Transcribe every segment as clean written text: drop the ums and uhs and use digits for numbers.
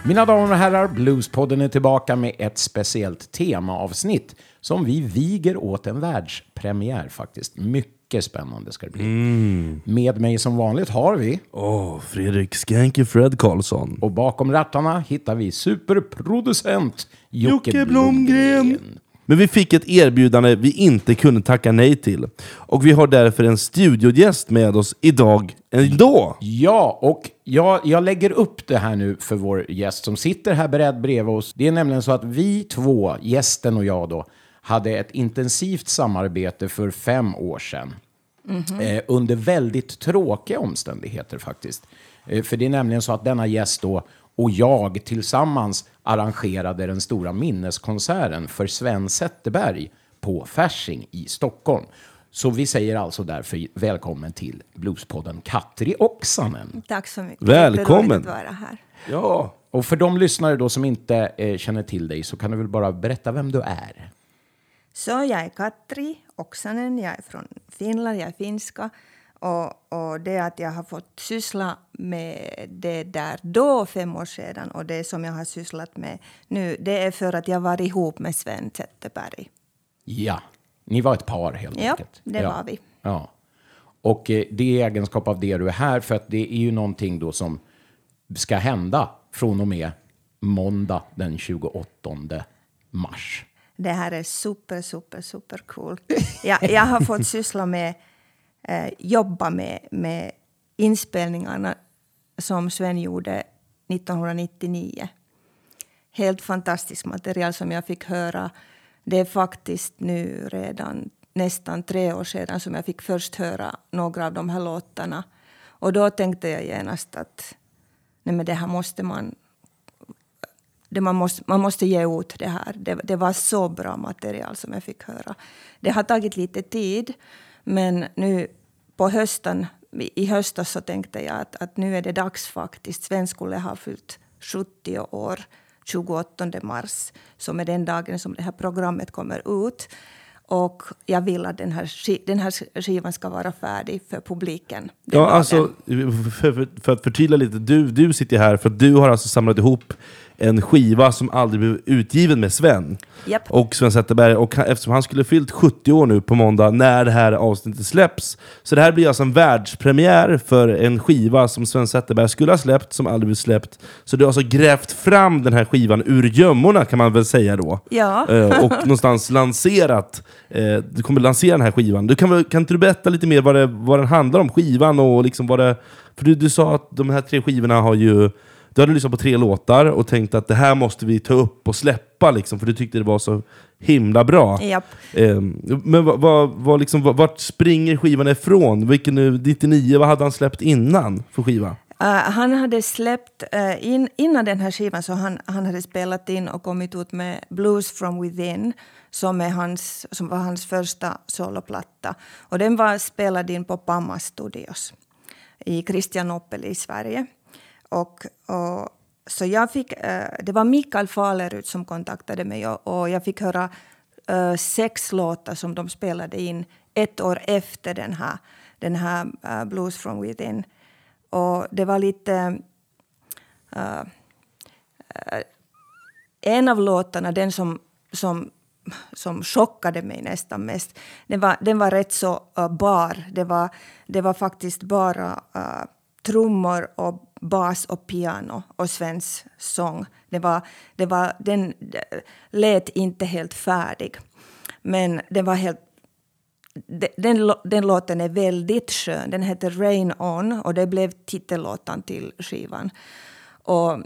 Mina damer och herrar, Bluespodden är tillbaka med ett speciellt temaavsnitt som vi viger åt en världspremiär faktiskt. Mycket spännande ska det bli. Med mig som vanligt har vi... Fredrik Skanky Fred Karlsson. Och bakom rattarna hittar vi superproducent Jocke Blomgren. Men vi fick ett erbjudande vi inte kunde tacka nej till. Och vi har därför en studiogäst med oss idag ändå. Ja, och jag lägger upp det här nu för vår gäst som sitter här beredd bredvid oss. Det är nämligen så att vi två, gästen och jag då, hade ett intensivt samarbete för 5 år sedan. Under väldigt tråkiga omständigheter faktiskt. För det är nämligen så att denna gäst då och jag tillsammans arrangerade den stora minneskonserten för Sven Zetterberg på Fasching i Stockholm. Så vi säger alltså därför välkommen till Bluespodden Katri Oksanen. Tack så mycket. Välkommen. Att vara här. Ja. Och för de lyssnare då som inte känner till dig så kan du väl bara berätta vem du är. Så jag är Katri Oksanen, jag är från Finland, jag är finska. Och det att jag har fått syssla med det där då 5 år sedan och det som jag har sysslat med nu, det är för att jag var ihop med Sven Zetterberg. Ja, ni var ett par helt enkelt. Det var vi. Ja. Och det är egenskap av det du är här för att det är ju någonting då som ska hända från och med måndag den 28 mars. Det här är super cool. Jag har fått syssla med jobba med inspelningarna som Sven gjorde 1999. Helt fantastiskt material som jag fick höra. Det är faktiskt nu redan nästan 3 år sedan som jag fick först höra några av de här låtarna. Och då tänkte jag genast att nej, men det här måste man måste ge ut det här. Det var så bra material som jag fick höra. Det har tagit lite tid. Men nu på i höstas så tänkte jag att nu är det dags faktiskt. Sven skulle ha fyllt 70 år 28 mars. Som är den dagen som det här programmet kommer ut. Och jag vill att den här skivan ska vara färdig för publiken. Ja, alltså för att förtydliga lite. Du sitter här för att du har alltså samlat ihop en skiva som aldrig blev utgiven med Sven. Yep. Och Sven Zetterberg. Och eftersom han skulle fyllt 70 år nu på måndag när det här avsnittet släpps. Så det här blir alltså en världspremiär för en skiva som Sven Zetterberg skulle ha släppt som aldrig blev släppt. Så du har alltså grävt fram den här skivan ur gömmorna kan man väl säga då. Ja. Och någonstans lanserat. Du kommer lansera den här skivan. Kan inte du berätta lite mer vad den handlar om, skivan och liksom vad det... För du sa att de här 3 skivorna har ju... Du hade lyssnat på 3 låtar och tänkt att det här måste vi ta upp och släppa liksom, för du tyckte det var så himla bra. Japp. Men vart springer skivan ifrån? 99, vad hade han släppt innan för skiva? Han hade släppt innan den här skivan så han hade spelat in och kommit ut med Blues from Within som var hans första soloplatta. Och den var spelad in på Pamma Studios i Kristianopel i Sverige. Och så jag fick, det var Mikael Falerud som kontaktade mig och jag fick höra 6 låtar som de spelade in 1 år efter den här Blues from Within. Och det var lite... en av låtarna, den som chockade mig nästan mest, den var rätt så bar. Det var faktiskt bara trummor och bas och piano och Svens sång. Den lät inte helt färdig. Men den var helt... Den låten är väldigt skön. Den heter Rain On och det blev titellåten till skivan. Och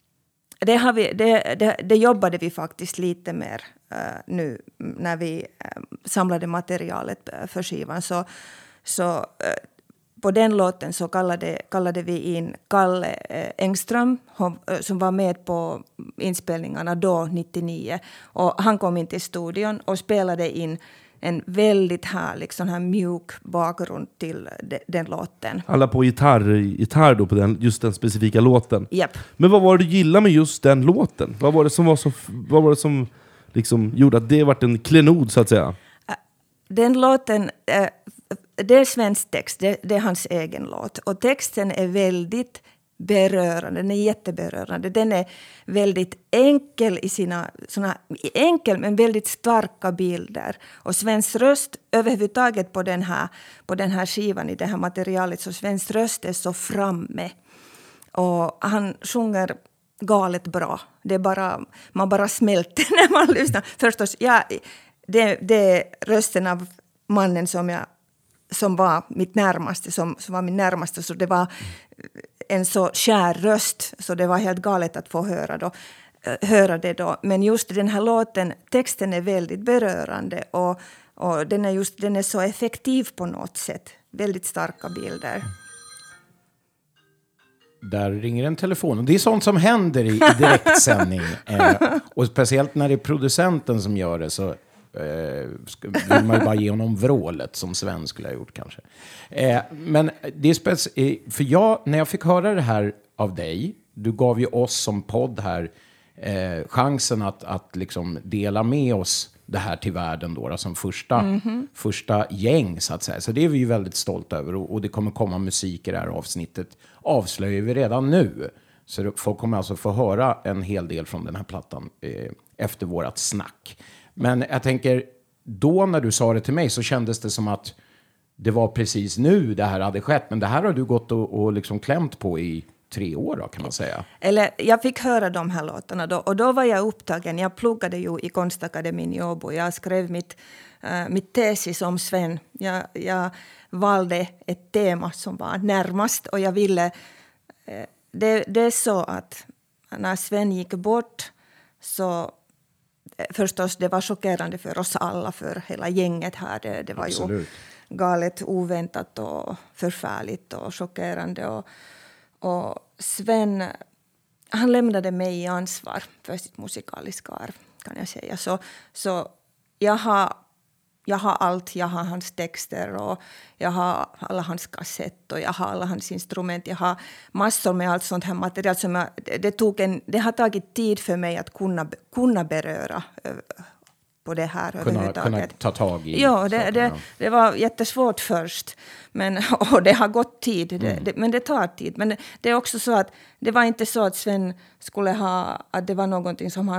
det jobbade vi faktiskt lite mer nu när vi samlade materialet för skivan. Så på den låten så kallade vi in Kalle Engström som var med på inspelningarna då 99. Och han kom in till studion och spelade in en väldigt härlig sån här mjuk bakgrund till den låten. Alla på gitarr då på just den specifika låten. Yep. Men vad var det du gillade med just den låten? Vad var det som liksom gjorde att det vart en klenod så att säga? Den låten, det är Svens text, det är hans egen låt. Och texten är väldigt berörande, den är jätteberörande. Den är väldigt enkel i sina, enkel men väldigt starka bilder. Och Svens röst överhuvudtaget på den här skivan, i det här materialet, så Svens röst är så framme. Och han sjunger galet bra. Det är bara, man bara smälter när man lyssnar. Förstås, det är rösten av mannen som var mitt närmaste, som var min närmaste, så det var en så kär röst, så det var helt galet att få höra det då. Men just den här låten, texten är väldigt berörande och den är så effektiv på något sätt. Väldigt starka bilder. Där ringer en telefon. Och det är sånt som händer i direktsändning. Och speciellt när det är producenten som gör det, så vill man ju bara ge honom vrålet som Sven skulle ha gjort kanske. Men det är för när jag fick höra det här av dig, du gav ju oss som podd här chansen att liksom dela med oss det här till världen då, som första gäng så att säga. Så det är vi ju väldigt stolta över, och det kommer komma musik i det här avsnittet, avslöjar vi redan nu. Så folk kommer alltså få höra en hel del från den här plattan efter vårat snack. Men jag tänker, då när du sa det till mig så kändes det som att det var precis nu det här hade skett. Men det här har du gått och liksom klämt på i 3 år då, kan man säga. Eller jag fick höra de här låtarna då, och då var jag upptagen. Jag pluggade ju i Konstakademin i Åbo. Jag skrev mitt tesis om Sven. Jag valde ett tema som var närmast, och jag ville... Det är så att när Sven gick bort så... Förstås, det var chockerande för oss alla, för hela gänget här. Det var ju galet, oväntat och förfärligt och chockerande. Och Sven, han lämnade mig i ansvar för sitt musikaliska arv, kan jag säga. Så jag har allt. Jag har hans texter och jag har alla hans kassett och jag har alla hans instrument. Jag har massor med allt sånt här material som det har tagit tid för mig att kunna beröra på det här överhuvudtaget. Kunna ta tag i. Ja, det var jättesvårt först. Och det har gått tid. Men det tar tid. Men det är också så att det var inte så att Sven skulle ha... Att det var någonting som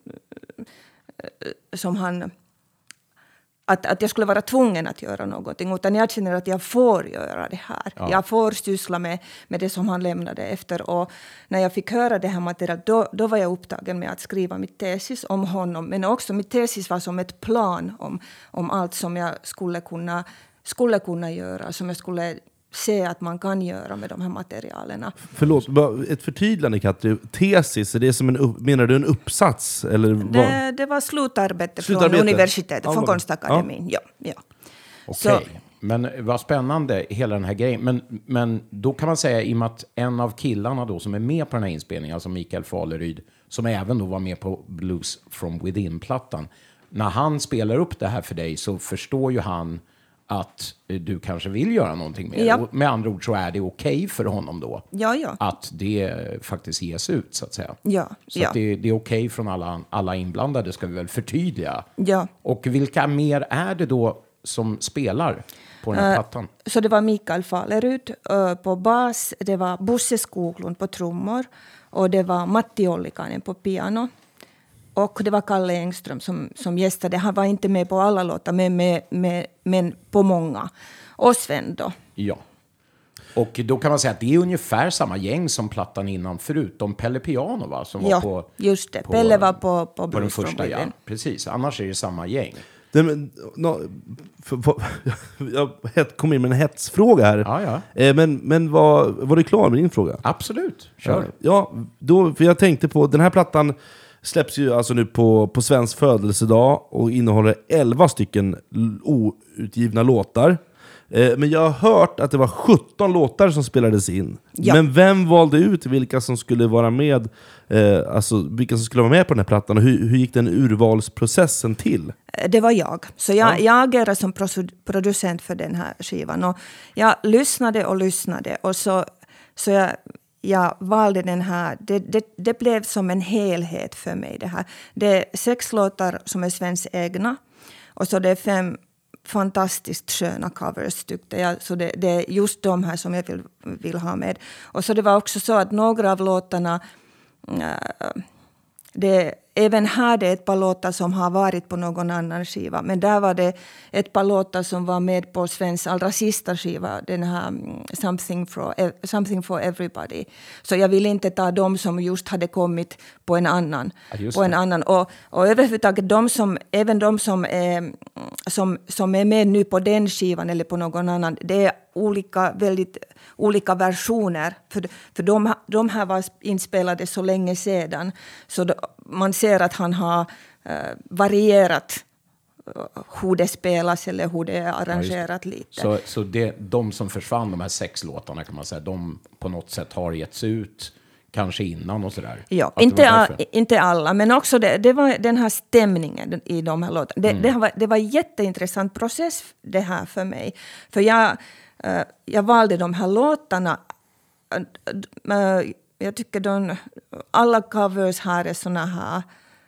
han att jag skulle vara tvungen att göra någonting, utan jag känner att jag får göra det här. Ja. Jag får syssla med det som han lämnade efter. Och när jag fick höra det här materialet, då var jag upptagen med att skriva mitt tesis om honom. Men också mitt tesis var som ett plan om allt som jag skulle kunna göra, som jag skulle se att man kan göra med de här materialerna. Förlåt, ett förtydligande, Katri. Tesis, är det som menar du en uppsats? Eller det var slutarbete från universitetet, från Konstakademin. Ja. Okej. Men vad spännande hela den här grejen. Men då kan man säga, i och med att en av killarna då som är med på den här inspelningen, alltså Mikael Faleryd, som även då var med på Blues from Within-plattan, när han spelar upp det här för dig så förstår ju han att du kanske vill göra någonting med det. Ja. Med andra ord så är det okej för honom då. Ja. Att det faktiskt ges ut, så att säga. Ja. Så att det är okej från alla inblandade, ska vi väl förtydliga. Ja. Och vilka mer är det då som spelar på den här plattan? Så det var Mikael Faleryd på bas, det var Bosse Skoglund på trummor och det var Matti Ollikainen på piano. Och det var Kalle Engström som gästade. Han var inte med på alla låtar, men på många. Och Sven då. Ja. Och då kan man säga att det är ungefär samma gäng som plattan innan, förutom Pelle Piano, va? Som var på, just det. Pelle var på den första, ja. Precis, annars är det samma gäng. Jag kom in med en hetsfråga här. Ja. Men var du klar med din fråga? Absolut, kör. Ja, för jag tänkte på, den här plattan släpps ju alltså nu på Svens födelsedag och innehåller 11 stycken outgivna låtar. Men jag har hört att det var 17 låtar som spelades in. Ja. Men vem valde ut vilka som skulle vara med, vilka som skulle vara med på den här plattan, och hur gick den urvalsprocessen till? Det var jag. Så jag agerade som producent för den här skivan. Och jag lyssnade och så jag valde den här. Det blev som en helhet för mig det här. Det är 6 låtar som är Svens egna. Och så det är fantastiskt sköna covers tyckte jag. Så det är just de här som jag vill ha med. Och så det var också så att några av låtarna, även här det är ett par låtar som har varit på någon annan skiva. Men där var det ett par låtar som var med på Svens allra sista skiva. Den här Something for Everybody. Så jag vill inte ta dem som just hade kommit på en annan. Och överhuvudtaget även de som är med nu på den skivan eller på någon annan. Det är väldigt olika versioner. För de här var inspelade så länge sedan. Så man ser att han har varierat hur det spelas eller hur det är arrangerat lite. Så de som försvann, de här 6 låtarna kan man säga, de på något sätt har getts ut kanske innan och sådär? Ja, inte alla, men också det var den här stämningen i de här låtarna. Det var en jätteintressant process det här för mig. För jag valde de här låtarna. Jag tycker alla covers här är såna här,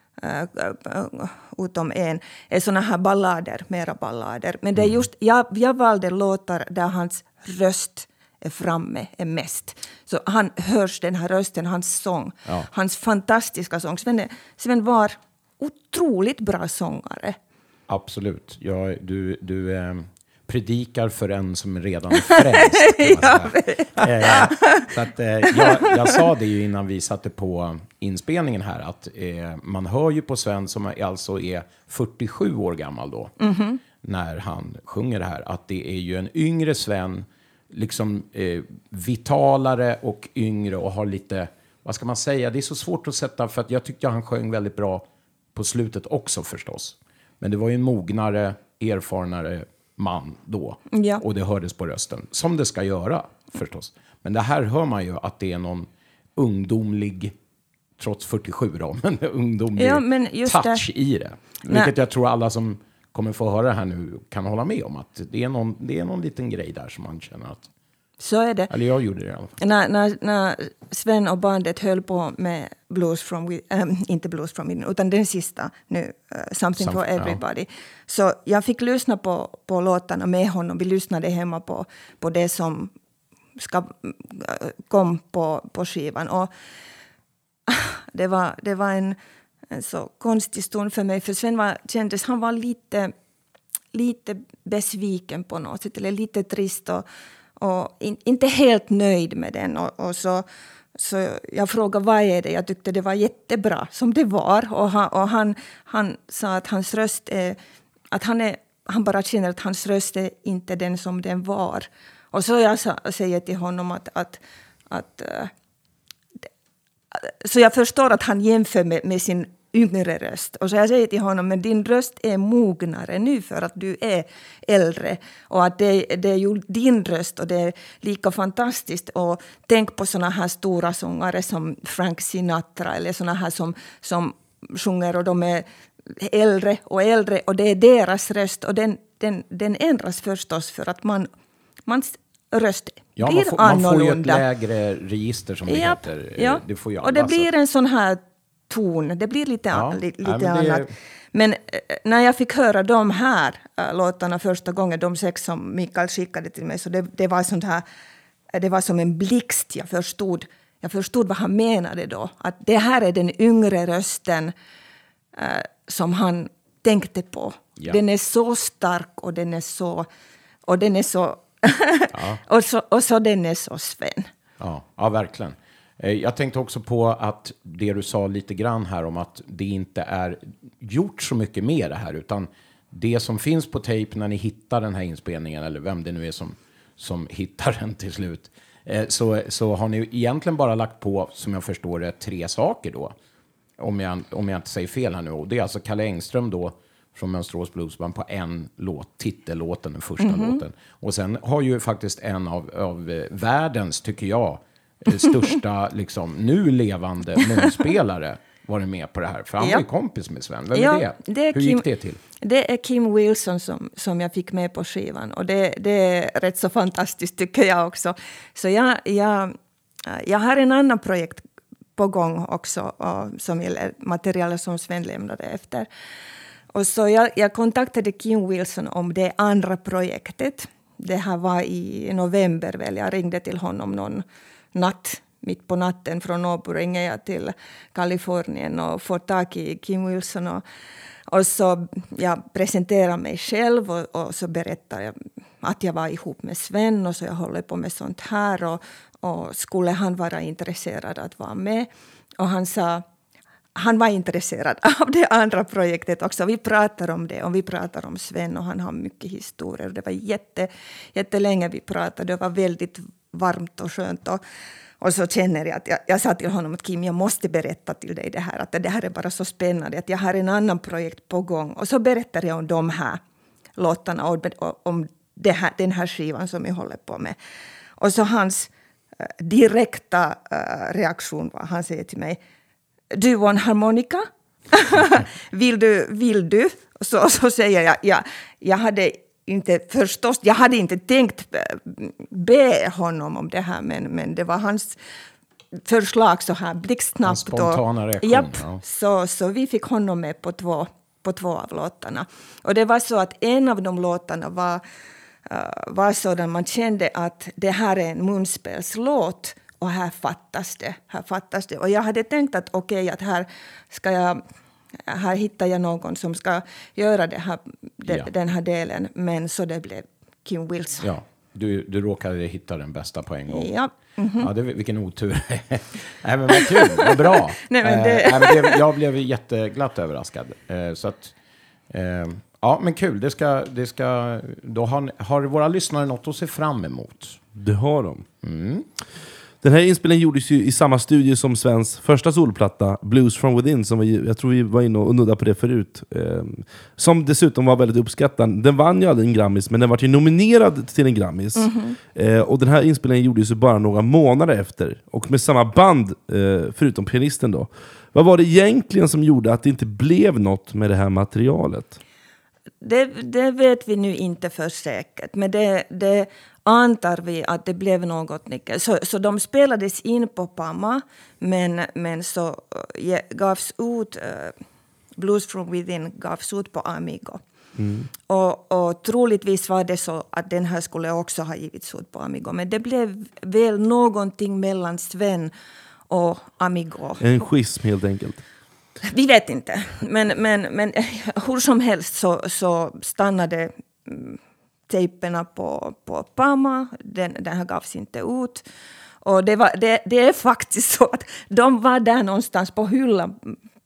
utom en, är såna här mera ballader. Men det är just, jag valde låtar där hans röst är framme är mest. Så han hörs den här rösten, hans sång, hans fantastiska sång. Sven var otroligt bra sångare. Absolut. Du predikar för en som redan är frälst. Så att, jag sa det ju innan vi satte på inspelningen här att man hör ju på Sven som alltså är 47 år gammal då när han sjunger det här att det är ju en yngre Sven liksom vitalare och yngre och har lite, vad ska man säga, det är så svårt att sätta för att jag tyckte han sjöng väldigt bra på slutet också förstås. Men det var ju en mognare, erfarnare man då. Ja. Och det hördes på rösten. Som det ska göra förstås. Men det här hör man ju att det är någon ungdomlig, trots 47 då, men ungdomlig touch i det. Vilket jag tror alla som kommer få höra det här nu kan hålla med om. Att det är någon liten grej där som man känner att... Så är det. Eller jag gjorde det i alla fall. När Sven och bandet höll på med Blues from inte Blues from Within, utan den sista nu, Something for Everybody. Ja. Så jag fick lyssna på låtarna med honom. Vi lyssnade hemma på det som kom på skivan. Och det var en så konstig stund för mig. För Sven han var lite besviken på något sätt. Eller lite trist och inte helt nöjd med den. Och så jag frågade vad är det? Jag tyckte det var jättebra som det var. Och han sa att hans röst är... Att han bara känner att hans röst är inte den som den var. Och så jag säger till honom att så jag förstår att han jämför med sin yngre röst. Och så jag säger till honom, men din röst är mognare nu för att du är äldre. Och att det är ju din röst och det är lika fantastiskt. Och tänk på såna här stora sångare som Frank Sinatra eller såna här som sjunger och de är äldre och det är deras röst. Och den ändras förstås för att mans röst blir annorlunda. Man får ju ett lägre register som det heter. Ja. Det får ju alla, och det blir en sån här ton. Det blir lite annat. Men när jag fick höra de här låtarna första gången, de 6 som Mikael skickade till mig, så det var sånt här, det var som en blixt. Jag förstod vad han menade då. Att det här är den yngre rösten som han tänkte på. Ja. Den är så stark och den är så och så den är så Sven. Ja, verkligen. Jag tänkte också på att det du sa lite grann här om att det inte är gjort så mycket mer det här, utan det som finns på tejp när ni hittar den här inspelningen, eller vem det nu är som hittar den till slut, så har ni egentligen bara lagt på, som jag förstår det, 3 saker då. Om jag inte säger fel här nu. Och det är alltså Kalle Engström då från Mönsterås Bluesband på en låt, titellåten, den första låten. Och sen har ju faktiskt en av världens, tycker jag, största liksom, nu levande munspelare varit med på det här. För han var ju kompis med Sven. Vem är det? Hur gick det till? Det är Kim Wilson som jag fick med på skivan. Och det är rätt så fantastiskt tycker jag också. Så jag har en annan projekt på gång också som gäller material som Sven lämnade efter. Och så jag kontaktade Kim Wilson om det andra projektet. Det här var i november väl. Jag ringde till honom någon natt. Mitt på natten från Åbo ringer jag till Kalifornien och får tag i Kim Wilson. Och så jag presenterar mig själv och så berättar jag att jag var ihop med Sven och så jag håller på med sånt här. Och skulle han vara intresserad att vara med? Och han sa, han var intresserad av det andra projektet också. Vi pratar om det och vi pratar om Sven och han har mycket historier. Det var jättelänge vi pratade. Det var väldigt varmt och skönt. Och så känner jag att jag sa till honom att Kim, jag måste berätta till dig det här. Att det här är bara så spännande. Att jag har en annan projekt på gång. Och så berättar jag om de här låtarna och om den här skivan som jag håller på med. Och så hans direkta reaktion var, han säger till mig, do you want harmonica? Vill du? Så säger jag hade inte förstås, jag hade inte tänkt be honom om det här, men det var hans förslag så här blixtsnabbt. Hans spontana reaktion. Japp, ja. Så vi fick honom med på två av låtarna. Och det var så att en av de låtarna var sådan man kände att det här är en munspelslåt och här fattas det. Och jag hade tänkt att okej, att här hittar jag någon som ska göra den här delen. Men så det blev Kim Wilson. Ja, du råkade hitta den bästa på en gång. Ja. Mm-hmm. Ja, vilken otur. Nej, men vad kul, vad bra. Jag blev jätteglatt överraskad. Så att, ja, men kul. Det ska, då har våra lyssnare något att se fram emot. Det har de. Mm. Den här inspelningen gjordes ju i samma studio som Svens första solplatta, Blues from Within, som jag tror vi var inne och nuddade på det förut. Som dessutom var väldigt uppskattad. Den vann ju aldrig en Grammis, men den var ju nominerad till en Grammis. Mm-hmm. Och den här inspelningen gjordes ju bara några månader efter. Och med samma band, förutom pianisten då. Vad var det egentligen som gjorde att det inte blev något med det här materialet? Det vet vi nu inte för säkert, men det antar vi att det blev något nyckel. Så de spelades in på Pama, men så gavs ut, Blues from Within gavs ut på Amigo. Mm. Och troligtvis var det så att den här skulle också ha givits ut på Amigo, men det blev väl någonting mellan Sven och Amigo. En schism helt enkelt. Vi vet inte, men hur som helst så stannade tejperna på Pama. Den här gavs inte ut. Och det är faktiskt så att de var där någonstans på hyllan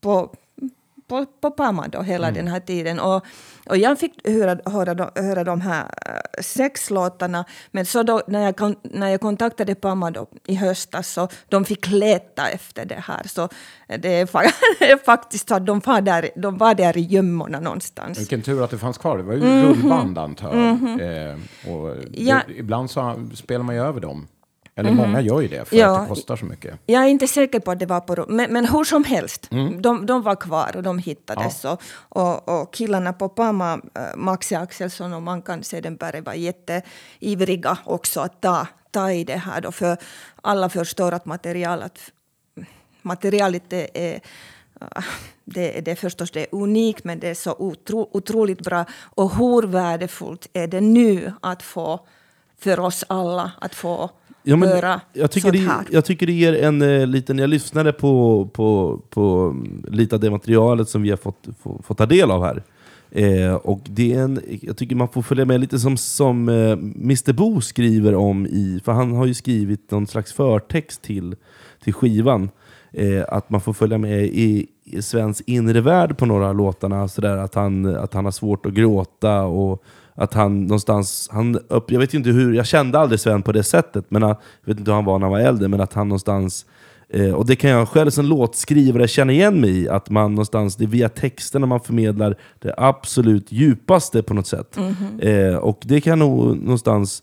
på Pama då hela den här tiden. Och jag fick höra de här 6 låtarna. Men så då, när jag kontaktade Pama då i höstas, så de fick leta efter det här. Så det är faktiskt så att de var där i gömmorna någonstans. Vilken tur att det fanns kvar. Det var ju rullband antar jag. Ibland så spelar man ju över dem. Eller många gör ju det för att det kostar så mycket. Jag är inte säker på att det var på... Men hur som helst, de var kvar och de hittades. Ja. Och killarna på Pama, Maxi Axelsson och Mankan Sedenberg var jätteivriga också att ta i det här. Då, för alla förstår att materialet är... Det förstås det är unikt, men det är så otroligt bra. Och hur värdefullt är det nu att få, för oss alla, att få... Ja, men jag tycker det ger en liten... Jag lyssnade på lite av det materialet som vi har fått ta del av här. Och det är jag tycker man får följa med lite som Mr. Bo skriver om för han har ju skrivit någon slags förtext till skivan. Att man får följa med i Svens inre värld på några låtarna. Sådär, att han har svårt att gråta och att han någonstans, jag vet ju inte hur, jag kände aldrig Sven på det sättet, men jag vet inte hur han var när han var äldre, men att han någonstans, och det kan jag själv som låtskrivare känna igen mig i, att man någonstans, det är via texterna man förmedlar det absolut djupaste på något sätt. Mm-hmm. Och det kan nog någonstans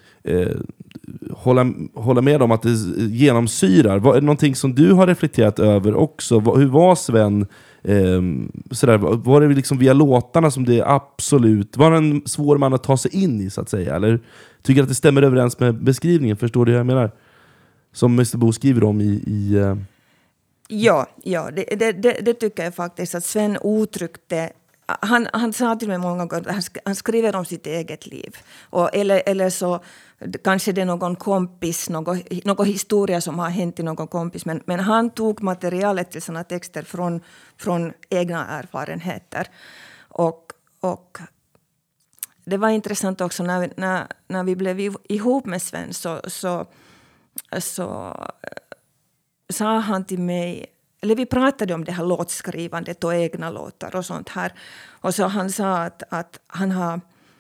hålla med om att det genomsyrar. Är det någonting som du har reflekterat över också? Hur var Sven? Sådär, var det liksom via låtarna som det absolut var en svår man att ta sig in i, så att säga, eller tycker att det stämmer överens med beskrivningen? Förstår du hur jag menar? Som Mr. Bo skriver om Ja, det tycker jag faktiskt, att Sven uttryckte han sa till mig många gånger att han skriver om sitt eget liv. Eller så kanske det är någon kompis, någon historia som har hänt i någon kompis. Men han tog materialet till sådana texter från egna erfarenheter. Och det var intressant också när vi blev ihop med Sven så sa han till mig, eller vi pratade om det här låtskrivandet och egna låtar och sånt här. Och så han sa att han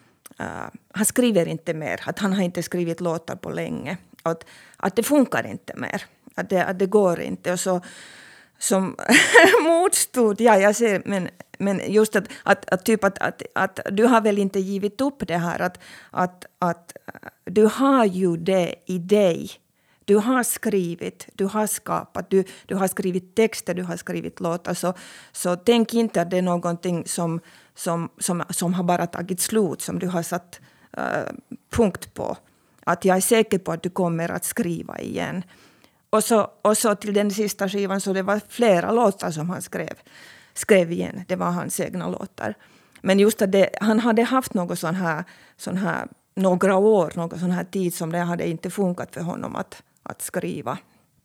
skriver inte mer, att han har inte skrivit låtar på länge. Att det funkar inte mer, att det går inte. Och så som motstod, jag ser, men just att du har väl inte givit upp det här, att du har ju det i dig. Du har skrivit, du har skapat, du har skrivit texter, du har skrivit låtar. Så tänk inte att det är någonting som har bara tagit slut, som du har satt punkt på. Att jag är säker på att du kommer att skriva igen. Och så till den sista skivan, så det var flera låtar som han skrev igen. Det var hans egna låtar. Men just att han hade haft någon sån här några år, någon sån här tid som det hade inte funkat för honom att skriva.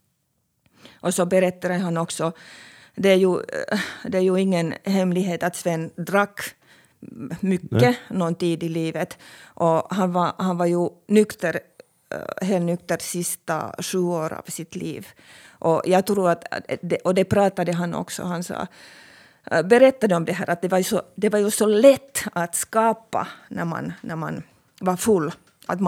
Och så berättade han också, det är ju ingen hemlighet att Sven drack mycket någon tid i livet. Och han var ju helnykter sista 7 år av sitt liv. Och jag tror och det pratade han också, han sa, berättade om det här, att det var ju så lätt att skapa när man var full. Att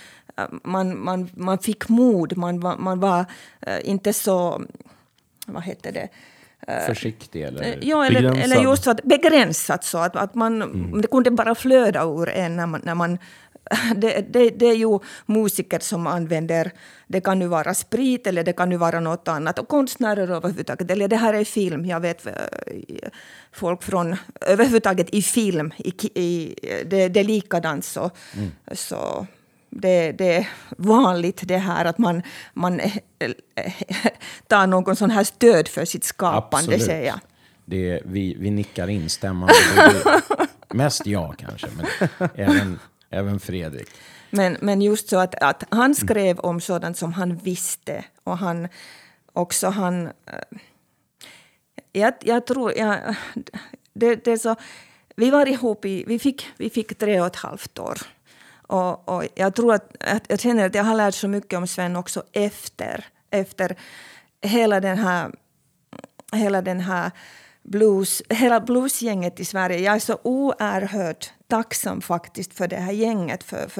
man fick mod, man var inte så, vad heter det? Försiktig eller? Ja, eller just så att begränsat, så att man det kunde bara flöda ur en när man det är ju musiker som använder, det kan ju vara sprit eller det kan ju vara något annat, och konstnärer överhuvudtaget, eller det här är film, jag vet folk från överhuvudtaget i film, det är likadant så det är vanligt det här att man tar någon sån här stöd för sitt skapande. Absolut. Säger jag. Vi nickar instämmande. Mest jag kanske, men även Fredrik. Men just så att han skrev om sådant som han visste, och jag tror det är så, vi var ihop vi fick 3,5 år. Och jag tror att jag känner att jag har lärt så mycket om Sven också efter hela den här hela bluesgänget i Sverige. Jag är så oerhört tacksam faktiskt för det här gänget. För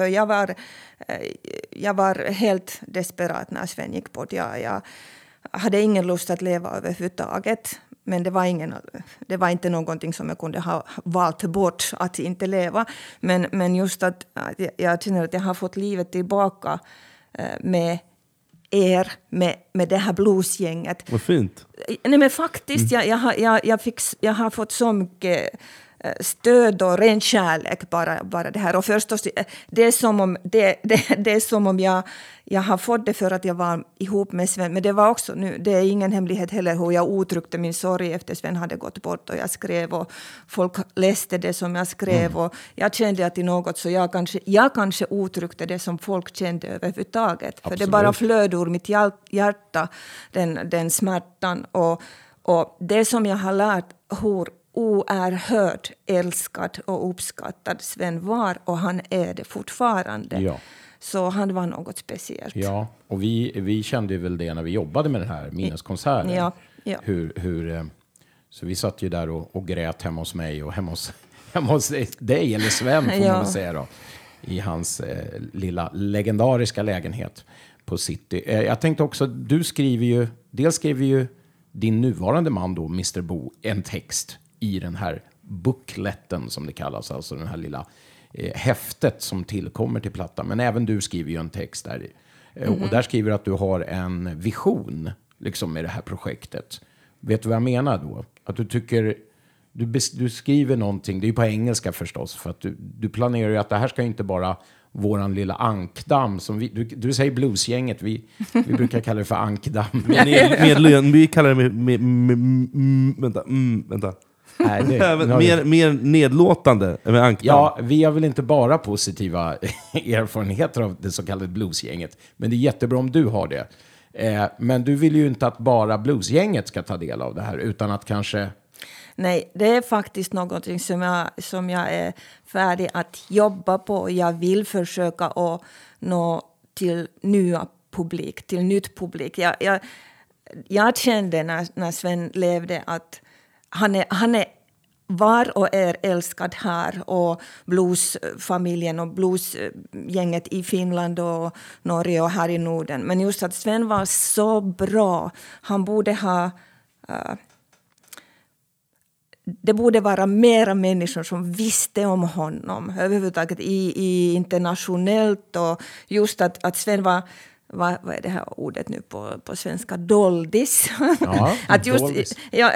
jag var helt desperat när Sven gick bort. Jag hade ingen lust att leva överhuvudtaget. Men det var inte någonting som jag kunde ha valt bort att inte leva. Men just att jag känner att jag har fått livet tillbaka med er, med det här bluesgänget. Vad fint. Nej, men faktiskt, jag har fått så mycket stöd och ren kärlek bara det här. Och förstås, det är som om jag har fått det för att jag var ihop med Sven. Men det var också, det är ingen hemlighet heller hur jag uttryckte min sorg efter Sven hade gått bort. Och jag skrev och folk läste det som jag skrev. Och jag kände att i något så jag kanske uttryckte det som folk kände överhuvudtaget. Absolut. För det bara flöd ur mitt hjärta, den smärtan. Och det som jag har lärt, hur oerhört älskad och uppskattad Sven var, och han är det fortfarande. Ja. Så han var något speciellt. Ja, och vi kände väl det när vi jobbade med den här minneskonserten. Ja. Så vi satt ju där och grät hemma hos mig och hemma hos dig, eller Sven får man väl säga då, i hans lilla legendariska lägenhet på City. Jag tänkte också, dels skriver ju din nuvarande man då, Mr. Bo, en text i den här bookletten som det kallas, alltså den här lilla häftet som tillkommer till plattan. Men även du skriver ju en text där. Och där skriver du att du har en vision liksom med det här projektet. Vet du vad jag menar då? Att du tycker, du skriver någonting, det är ju på engelska förstås, för att du planerar ju att det här ska inte bara våran lilla ankdamm som du säger bluesgänget, vi brukar kalla det för ankdamm. Vi kallar det vänta. Nej, mer nedlåtande med ankdammen. Ja, vi har väl inte bara positiva erfarenheter av det så kallade bluesgänget. Men det är jättebra om du har det. Men du vill ju inte att bara bluesgänget ska ta del av det här, utan att kanske... Nej, det är faktiskt någonting som jag är färdig att jobba på. Jag vill försöka att nå till nytt publik. Jag kände när Sven levde att han är var och är älskad här, och bluesfamiljen och bluesgänget i Finland och Norge och här i Norden. Men just att Sven var så bra. Han borde ha... det borde vara mera människor som visste om honom överhuvudtaget i internationellt, och just att Sven var... Vad är det här ordet nu på svenska? Doldis. Ja, att just, doldis. Ja,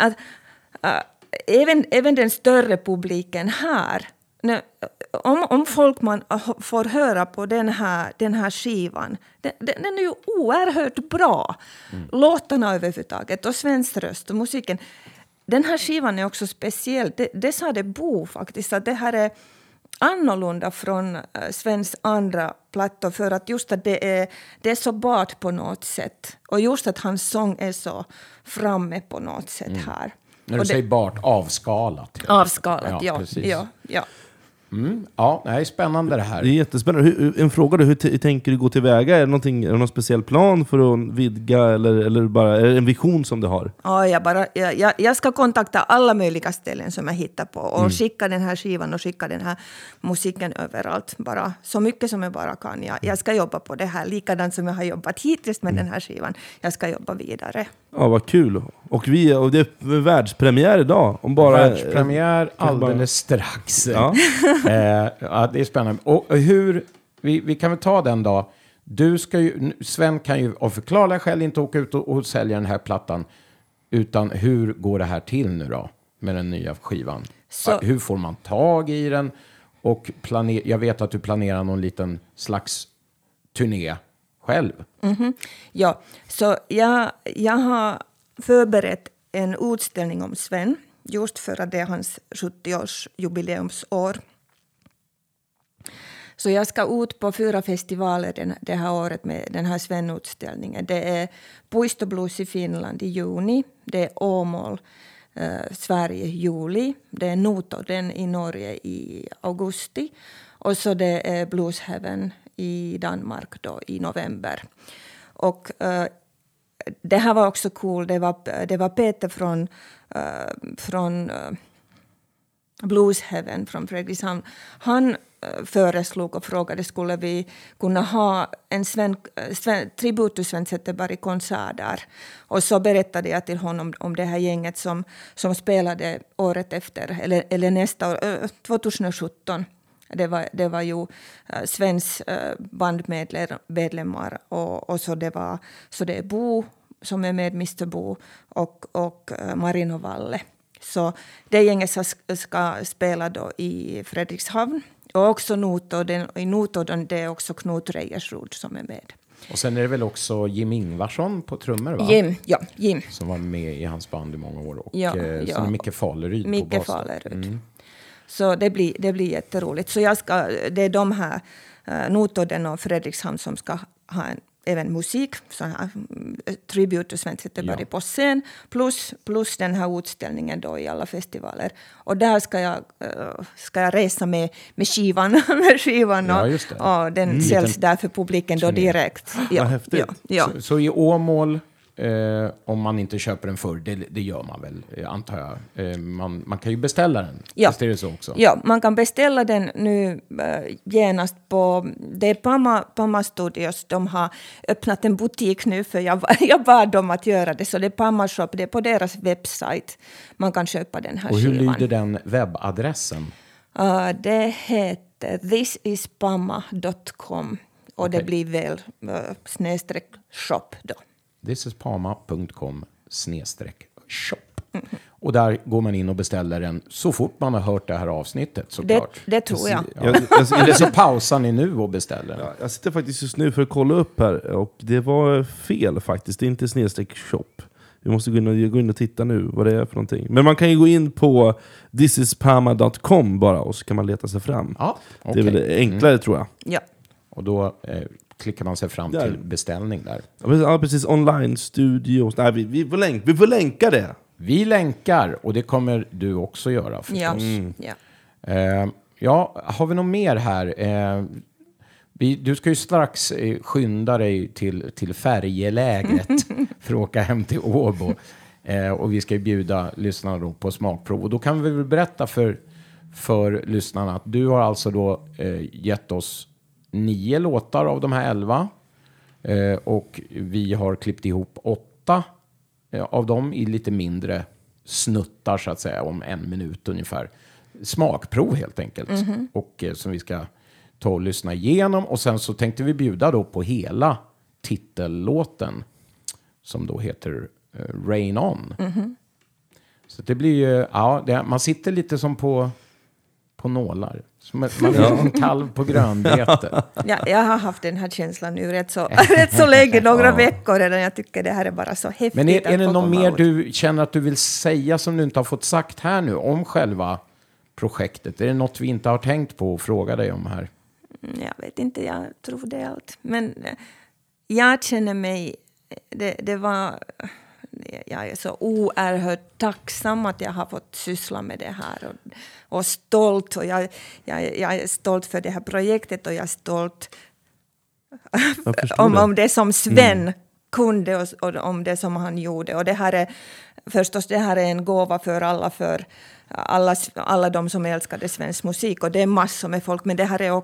även den större publiken här. Om folk man får höra på den här skivan, den är ju oerhört bra. Låtarna överhuvudtaget och Svens röst och musiken. Den här skivan är också speciell. Det sa det Bo faktiskt, att det här är annorlunda från Svens andra plattor, för att just att det är så bart på något sätt. Och just att hans sång är så framme på något sätt här. När du säger bart, avskalat. Avskalat, ja. Precis. Ja. Ja, det är spännande det här. Det är jättespännande. En fråga då, hur tänker du gå tillväga? Är det någon speciell plan för att vidga, eller bara är det en vision som du har? Ja, jag ska kontakta alla möjliga ställen som jag hittar på och skicka den här skivan och skicka den här musiken överallt. Bara så mycket som jag bara kan. Jag ska jobba på det här likadant som jag har jobbat hittills med den här skivan. Jag ska jobba vidare. Ja, vad kul. Och det är världspremiär idag. Världspremiär alldeles strax. Ja. Ja, det är spännande. Och hur, vi kan väl ta den då. Sven kan ju av förklarliga skäl inte åka ut och sälja den här plattan. Utan hur går det här till nu då? Med den nya skivan. Hur får man tag i den? Och jag vet att du planerar någon liten slags turné själv. Ja, så jag har förberett en utställning om Sven. Just för att det är hans 70-årsjubileumsår. Så jag ska ut på 4 festivaler det här året med den här Sven-utställningen. Det är Puisto Blues i Finland i juni. Det är Åmål, Sverige, juli. Det är Notodden i Norge i augusti. Och så det är Blues Heaven i Danmark då i november. Och det här var också cool. Det var Peter från Blues Heaven från Fredrikshamn. Han föreslog och frågade, skulle vi kunna ha en tribut till Sven Zetterberg-konsert där. Och så berättade jag till honom om det här gänget som spelade året efter, eller nästa år, 2017. Det var ju Svens bandmedlemmar och så det är Bo som är med, Mr. Bo och Marino Valle. Så det gänget ska spela då i Fredrikshavn. Och också i Notodden det är också Knut Reyersrud som är med. Och sen är det väl också Jim Ingvarsson på trummor, va? Jim. Som var med i hans band i många år. Och ja. Micke Faleryd på Micke bas. Faleryd. Så det blir jätteroligt. Så det är de här Notodden och Fredrikshamn som ska ha även musik, så här tribut till Sven Zetterberg på scen, plus den här utställningen då i alla festivaler. Och där ska jag resa med skivan, och den säljs där för publiken då direkt. Vad häftigt. Ja. Så i Åmål, om man inte köper den förr, det gör man väl, antar jag. Man kan ju beställa den. Ja. Visst är det så också? Ja, man kan beställa den nu genast på... Det är Pamma Studios. De har öppnat en butik nu, för jag bad dem att göra det. Så det är Pamma Shop, det är på deras webbsite. Man kan köpa den här skivan. Och hur lyder den webbadressen? Det heter thisispamma.com. Och det blir väl /shop då. thisispamma.com/shop. Och där går man in och beställer den så fort man har hört det här avsnittet, såklart. Det tror jag. Eller så pausar ni nu och beställer den. Ja, jag sitter faktiskt just nu för att kolla upp här, och det var fel faktiskt. Det är inte /shop. Vi måste gå in och titta nu vad det är för någonting. Men man kan ju gå in på thisispama.com bara och så kan man leta sig fram. Ja, Det är väl enklare tror jag. Ja. Och då klickar man sig fram till beställning där. Ja, precis. Online-studios. Nej, vi får länka det. Vi länkar, och det kommer du också göra förstås. Ja. Har vi något mer här? Du ska ju strax skynda dig till färjelägret för att åka hem till Åbo. Och vi ska ju bjuda lyssnarna då på smakprov. Och då kan vi väl berätta för lyssnarna att du har alltså då gett oss 9 låtar av de här 11. Och vi har klippt ihop 8 av dem i lite mindre snuttar så att säga, om 1 minut ungefär. Smakprov helt enkelt. Och som vi ska ta och lyssna igenom. Och sen så tänkte vi bjuda då på hela titellåten som då heter Rain On. Så det blir ju, man sitter lite som på nålar. Man är en kalv på grönbete. Ja, jag har haft den här känslan nu rätt så länge, några veckor redan. Jag tycker det här är bara så häftigt. Men är det något mer du känner att du vill säga som du inte har fått sagt här nu om själva projektet? Är det något vi inte har tänkt på och fråga dig om här? Jag vet inte, jag tror det är allt. Men jag känner mig, det var... Jag är så oerhört tacksam att jag har fått syssla med det här och stolt. Och jag är stolt för det här projektet och jag är stolt om det som Sven kunde och om det som han gjorde. Och det här är en gåva för alla de som älskade svensk musik, och det är massor med folk, men det här är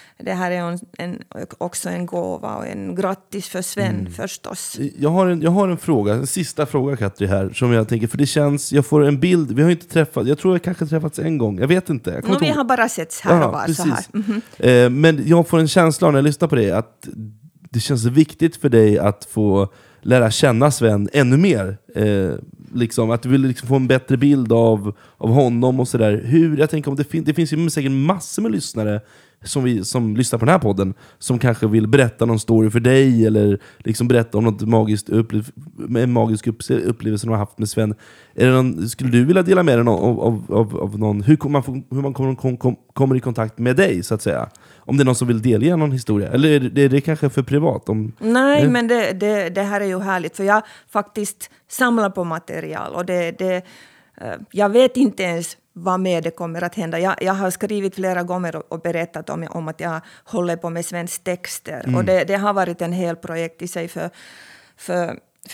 också en gåva och en grattis för Sven förstås. Jag har en fråga, en sista fråga Katri här, som jag tänker, för det känns, jag får en bild, vi har inte träffat, jag tror jag kanske träffats en gång, jag vet inte. Vi har bara setts här och var så här. Men jag får en känsla när jag lyssnar på det att det känns viktigt för dig att få lära känna Sven ännu mer. Liksom, att du vill liksom få en bättre bild av honom och sådär. Jag tänker om det finns ju säkert massor med lyssnare som lyssnar på den här podden som kanske vill berätta någon story för dig eller liksom berätta om något en magisk upplevelse de har haft med Sven. Skulle du vilja dela med dig av någon, hur man kommer i kontakt med dig så att säga? Om det är någon som vill delge någon historia, eller är det kanske för privat? Nej, men det här är ju härligt, för jag faktiskt samlar på material och jag vet inte ens vad med det kommer att hända. Jag har skrivit flera gånger och berättat om att jag håller på med svensk texter. Och det har varit en hel projekt i sig för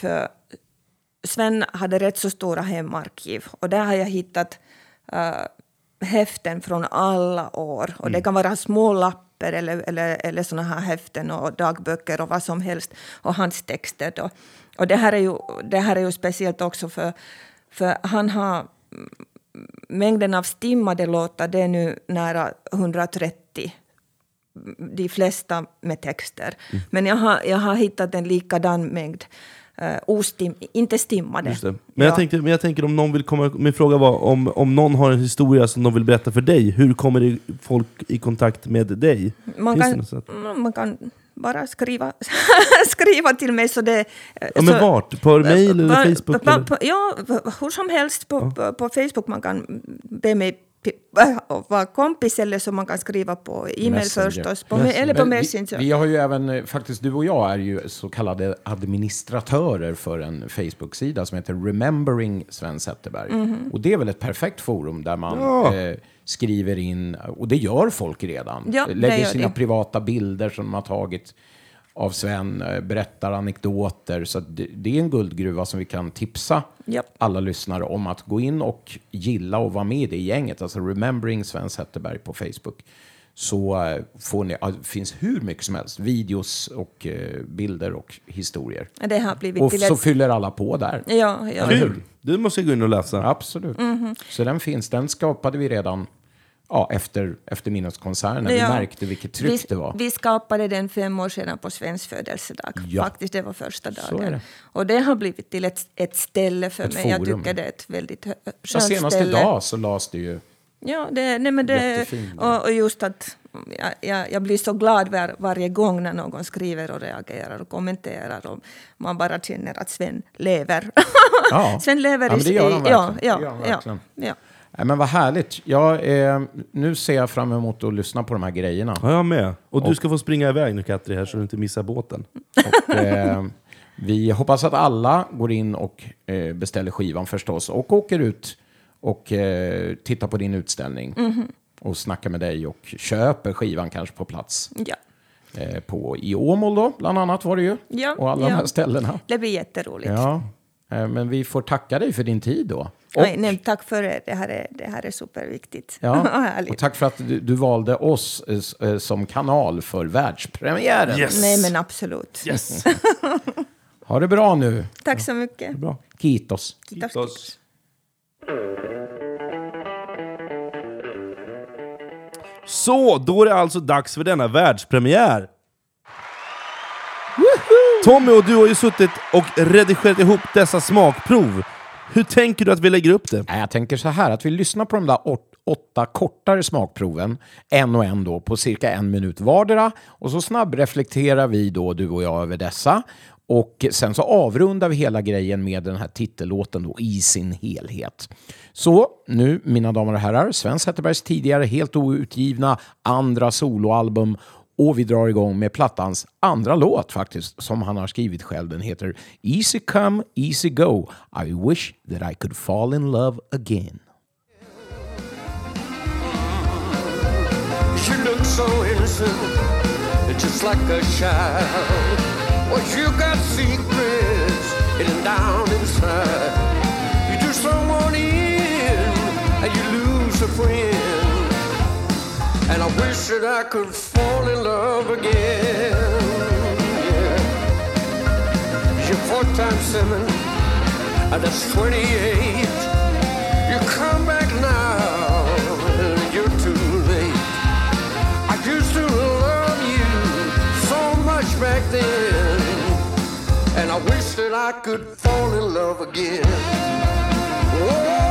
Sven hade rätt så stora hemarkiv. Och där har jag hittat häften från alla år. Och det kan vara små lappar eller såna här häften och dagböcker och vad som helst. Och hans texter då. Och det här är ju speciellt också för han har mängden av stimmade låtar, det är nu nära 130. De flesta med texter. Men jag har hittat en likadan mängd inte stimmade. Just det. Men jag tänker om någon vill komma, min fråga var om någon har en historia som de vill berätta för dig, hur kommer folk i kontakt med dig? Man kan bara skriva till mig. Så det, men vart? På mail eller Facebook? Ja, hur som helst på Facebook. Man kan be mig vara kompis, eller så man kan skriva på e-mail förstås. Eller på Messenger. Vi har ju även, faktiskt du och jag är ju så kallade administratörer för en Facebook-sida som heter Remembering Sven Zetterberg. Och det är väl ett perfekt forum där man skriver in, och det gör folk redan. Ja, lägger sina privata bilder som de har tagit av Sven, berättar anekdoter. Så det är en guldgruva som vi kan tipsa alla lyssnare om att gå in och gilla och vara med i det gänget. Alltså Remembering Sven Zetterberg på Facebook. Så får ni, finns hur mycket som helst. Videos och bilder och historier. Det har blivit och så fyller alla på där. Ja. Du måste gå in och läsa. Absolut. Så den skapade vi redan efter Minneskonserten. Vi märkte vilket tryck det var. Vi skapade den 5 år sedan på Svens födelsedag. Ja. Faktiskt, det var första dagen. Så är det. Och det har blivit till ett ställe för mig. Forum. Jag tycker det är ett väldigt skönt ställe. Senast idag så lades det ju jättefint. Och just att jag blir så glad varje gång när någon skriver och reagerar och kommenterar och man bara känner att Sven lever. Ja. Sven lever men det gör han verkligen. Ja. Men vad härligt. Nu ser jag fram emot att lyssna på de här grejerna. Ja, jag med. Och du ska få springa iväg nu, Katri, här så du inte missar båten. Och, vi hoppas att alla går in och beställer skivan förstås. Och åker ut och tittar på din utställning. Mm-hmm. Och snackar med dig och köper skivan kanske på plats. Ja. I Åmål då, bland annat var det ju. Ja, och alla de här ställena. Det blir jätteroligt. Ja. Men vi får tacka dig för din tid då. Nej, tack för det. Det här är superviktigt. Ja, och tack för att du valde oss som kanal för världspremiären. Yes. Nej, men absolut. Yes. Ha det bra nu. Tack så mycket. Bra. Kiitos. Kiitos. Så, då är det alltså dags för denna världspremiär. Tommy och du har ju suttit och redigerat ihop dessa smakprov. Hur tänker du att vi lägger upp det? Jag tänker så här, att vi lyssnar på de där 8 kortare smakproven, en och en då, på cirka 1 minut vardera. Och så snabbreflekterar vi då, du och jag, över dessa. Och sen så avrundar vi hela grejen med den här titellåten då i sin helhet. Så nu, mina damer och herrar, Sven Zetterbergs tidigare helt outgivna andra soloalbum. Och vi drar igång med plattans andra låt faktiskt, som han har skrivit själv. Den heter Easy Come, Easy Go. I wish that I could fall in love again. You look so innocent, just like a child. Well, you got secrets hidden down inside. You do someone in, and you lose a friend. And I wish that I could fall in love again. Yeah. You're 4 times 7, and that's 28. You come back now, and you're too late. I used to love you so much back then, and I wish that I could fall in love again. Oh,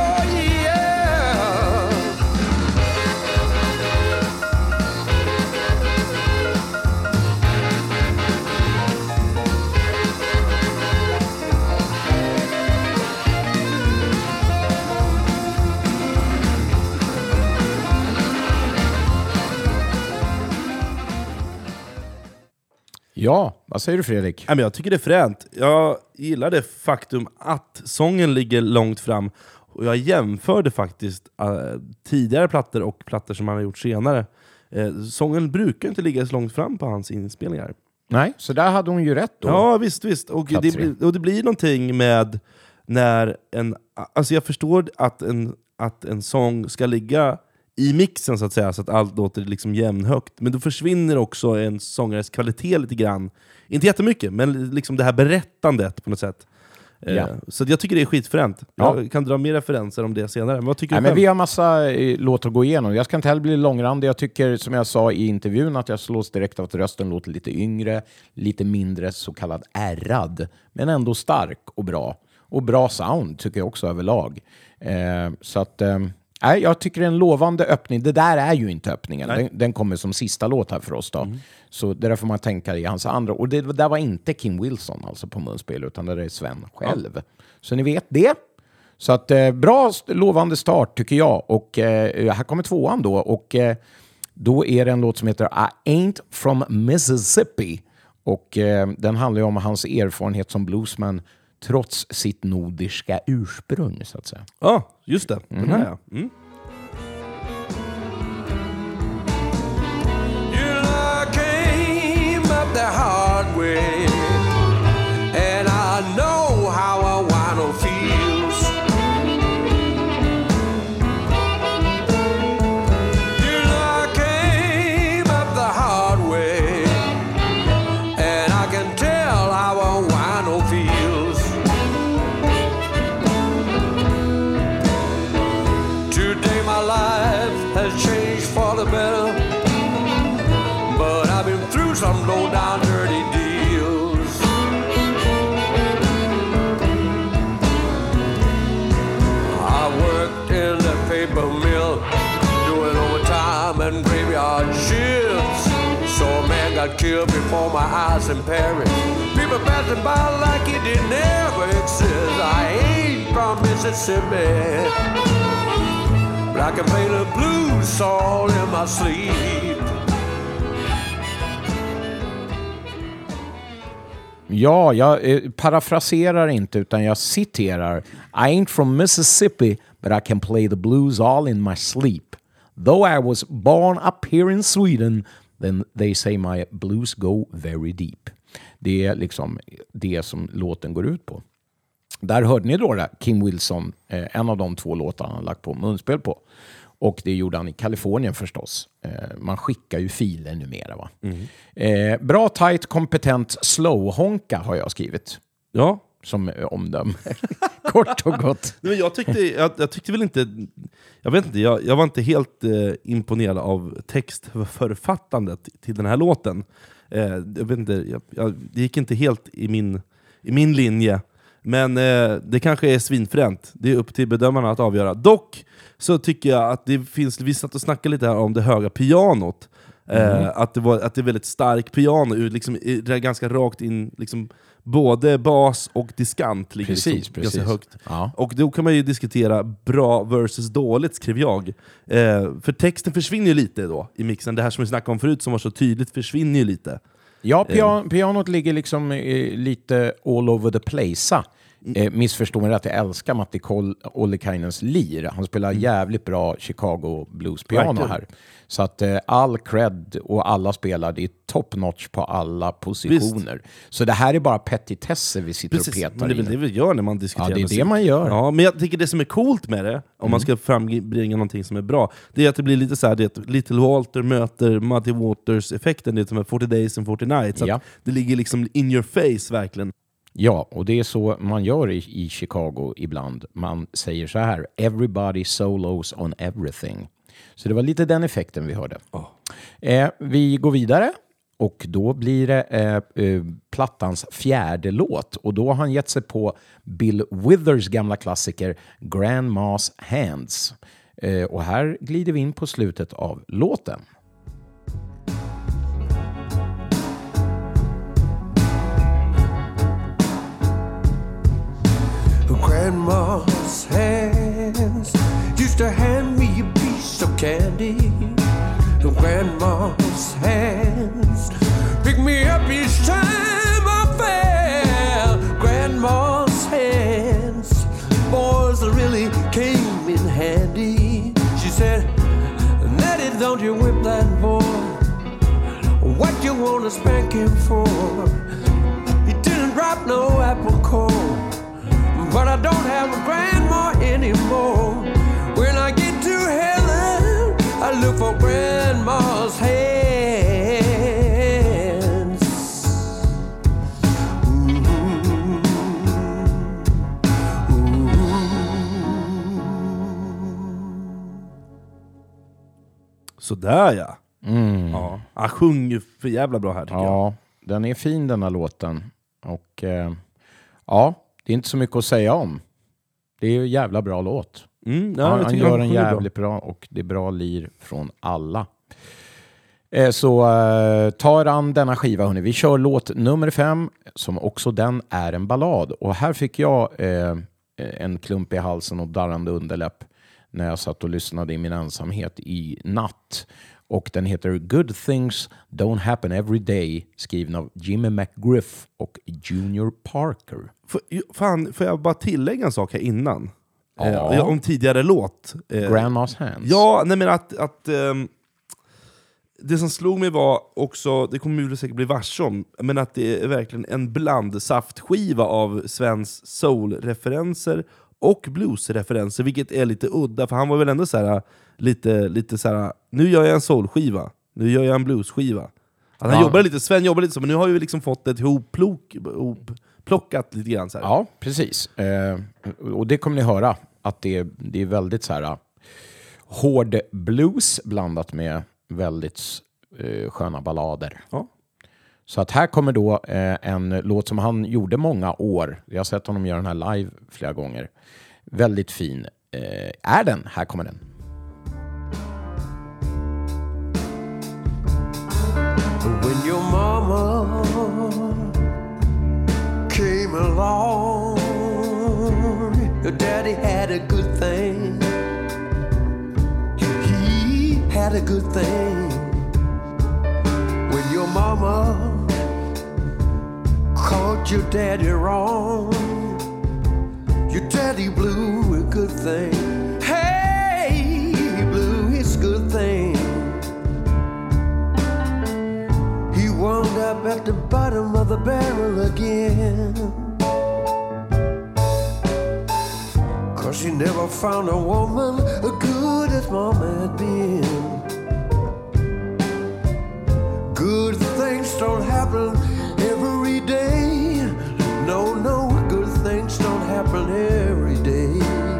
Ja, vad säger du, Fredrik? Jag tycker det är fränt. Jag gillar det faktum att sången ligger långt fram. Och jag jämförde faktiskt tidigare plattor och plattor som han har gjort senare. Sången brukar inte ligga så långt fram på hans inspelningar. Nej, så där hade hon ju rätt då. Ja, visst. Och det blir någonting med när alltså jag förstår att en sång ska ligga i mixen så att säga, så att allt låter liksom jämnhögt. Men då försvinner också en sångares kvalitet lite grann. Inte jättemycket, men liksom det här berättandet på något sätt. Ja. Så jag tycker det är skitfränt. Ja. Jag kan dra mer referenser om det senare. Men vad tycker du men vi har massa låtar att gå igenom. Jag ska inte heller bli långrandig. Jag tycker, som jag sa i intervjun, att jag slås direkt av att rösten låter lite yngre, lite mindre så kallad ärrad, men ändå stark och bra. Och bra sound tycker jag också överlag. Så att... jag tycker det är en lovande öppning. Det där är ju inte öppningen. Den kommer som sista låt här för oss då. Så där får man tänka i hans andra. Och det där var inte Kim Wilson alltså på munspel, utan det är Sven själv. Ja. Så ni vet det. Så att bra lovande start tycker jag. Och här kommer 2:an då. Och då är det en låt som heter I Ain't From Mississippi. Och den handlar ju om hans erfarenhet som bluesman trots sitt nordiska ursprung, så att säga. Ja, just det. Den här, ja. Mm. You came up the hard way, and I know how a wino feels. You came up the hard way, and I can tell how a wino feels. got killed before my eyes in Paris. People passing by like it didn't ever exist. I ain't from Mississippi, but I can play the blues all in my sleep. Ja, jag parafraserar inte utan jag citerar. I ain't from Mississippi, but I can play the blues all in my sleep. Though I was born up here in Sweden, then they say my blues go very deep. Det är liksom det som låten går ut på. Där hörde ni då det, Kim Wilson, en av de 2 låtarna han lagt på munspel på. Och det gjorde han i Kalifornien förstås. Man skickar ju filer numera, va? Bra, tight, kompetent, slow-honka har jag skrivit. Ja. Som omdöme. Kort och gott. Men jag tyckte väl inte... Jag vet inte, jag var inte helt imponerad av textförfattandet till den här låten. Jag vet inte, det gick inte helt i min linje. Men det kanske är svinfränt. Det är upp till bedömarna att avgöra. Dock så tycker jag att det finns... Vi satt och snackade lite här om det höga pianot. Att det är väldigt stark piano. Liksom, det är ganska rakt in... Liksom, både bas och diskant ligger precis. ganska högt. Ja. Och då kan man ju diskutera bra versus dåligt, skrev jag. För texten försvinner ju lite då i mixen. Det här som vi snackade om förut som var så tydligt försvinner ju lite. Ja, pianot ligger liksom lite all over the place. Missförstår mig att jag älskar Matti Ollikainens lir. Han spelar jävligt bra Chicago blues-piano här. Så att all cred och alla spelar, det är top notch på alla positioner. Visst. Så det här är bara petitesser vi sitter och petar. Men det är väl det vi gör när man diskuterar. Ja, det är det man gör. Ja, men jag tycker det som är coolt med det, om man ska frambringa någonting som är bra, det är att det blir lite så här, det Little Walter möter Muddy Waters-effekten, det är som 40 Days and 40 Nights. Så det ligger liksom in your face verkligen. Ja, och det är så man gör i Chicago ibland. Man säger så här: everybody solos on everything. Så det var lite den effekten vi hörde. Vi går vidare och då blir det plattans 4:e låt. Och då har han gett sig på Bill Withers gamla klassiker Grandma's Hands. Och här glider vi in på slutet av låten. Grandma's hands used to hand me a piece of candy. Grandma's hands pick me up each time I fell. Grandma's hands, boys, really came in handy. She said, Nettie, don't you whip that boy. What you want to spank him for? He didn't drop no apple core. But I don't have a grandma anymore. When I get to heaven, I look for grandma's hands. Sådär ja. Ja. Han sjunger för jävla bra här tycker jag. Ja, den är fin den här låten. Och ja, det är inte så mycket att säga om. Det är ju en jävla bra låt. Han gör en jävligt bra och det är bra lir från alla. Så ta er an denna skiva hörni. Vi kör låt nummer 5 som också den är en ballad. Och här fick jag en klump i halsen och darrande underläpp när jag satt och lyssnade i min ensamhet i natt. Och den heter Good Things Don't Happen Every Day, skriven av Jimmy McGriff och Junior Parker. Får jag bara tillägga en sak här innan? Om tidigare låt. Grandma's Hands. Ja, nej men att det som slog mig var också, det kommer ju säkert bli varse om, men att det är verkligen en blandsaftskiva av svensk soul-referenser och blues-referenser, vilket är lite udda, för han var väl ändå så här, lite så här, nu gör jag en soul-skiva, nu gör jag en blues-skiva. Han jobbar lite, Sven jobbar lite så, men nu har ju liksom fått ett plockat lite grann så här. Ja, precis. Och det kommer ni höra, att det är väldigt så här hård blues blandat med väldigt sköna ballader. Ja. Så att här kommer då en låt som han gjorde många år. Jag har sett honom göra den här live flera gånger. Väldigt fin. Är den? Här kommer den. When your Your daddy had a good thing. He had a good thing. When your mama called your daddy wrong, your daddy blew a good thing. Hey, he blew his good thing. He wound up at the bottom of the barrel again. 'Cause he never found a woman as good as mama had been. Good things don't happen every day. No, no, good things don't happen every day.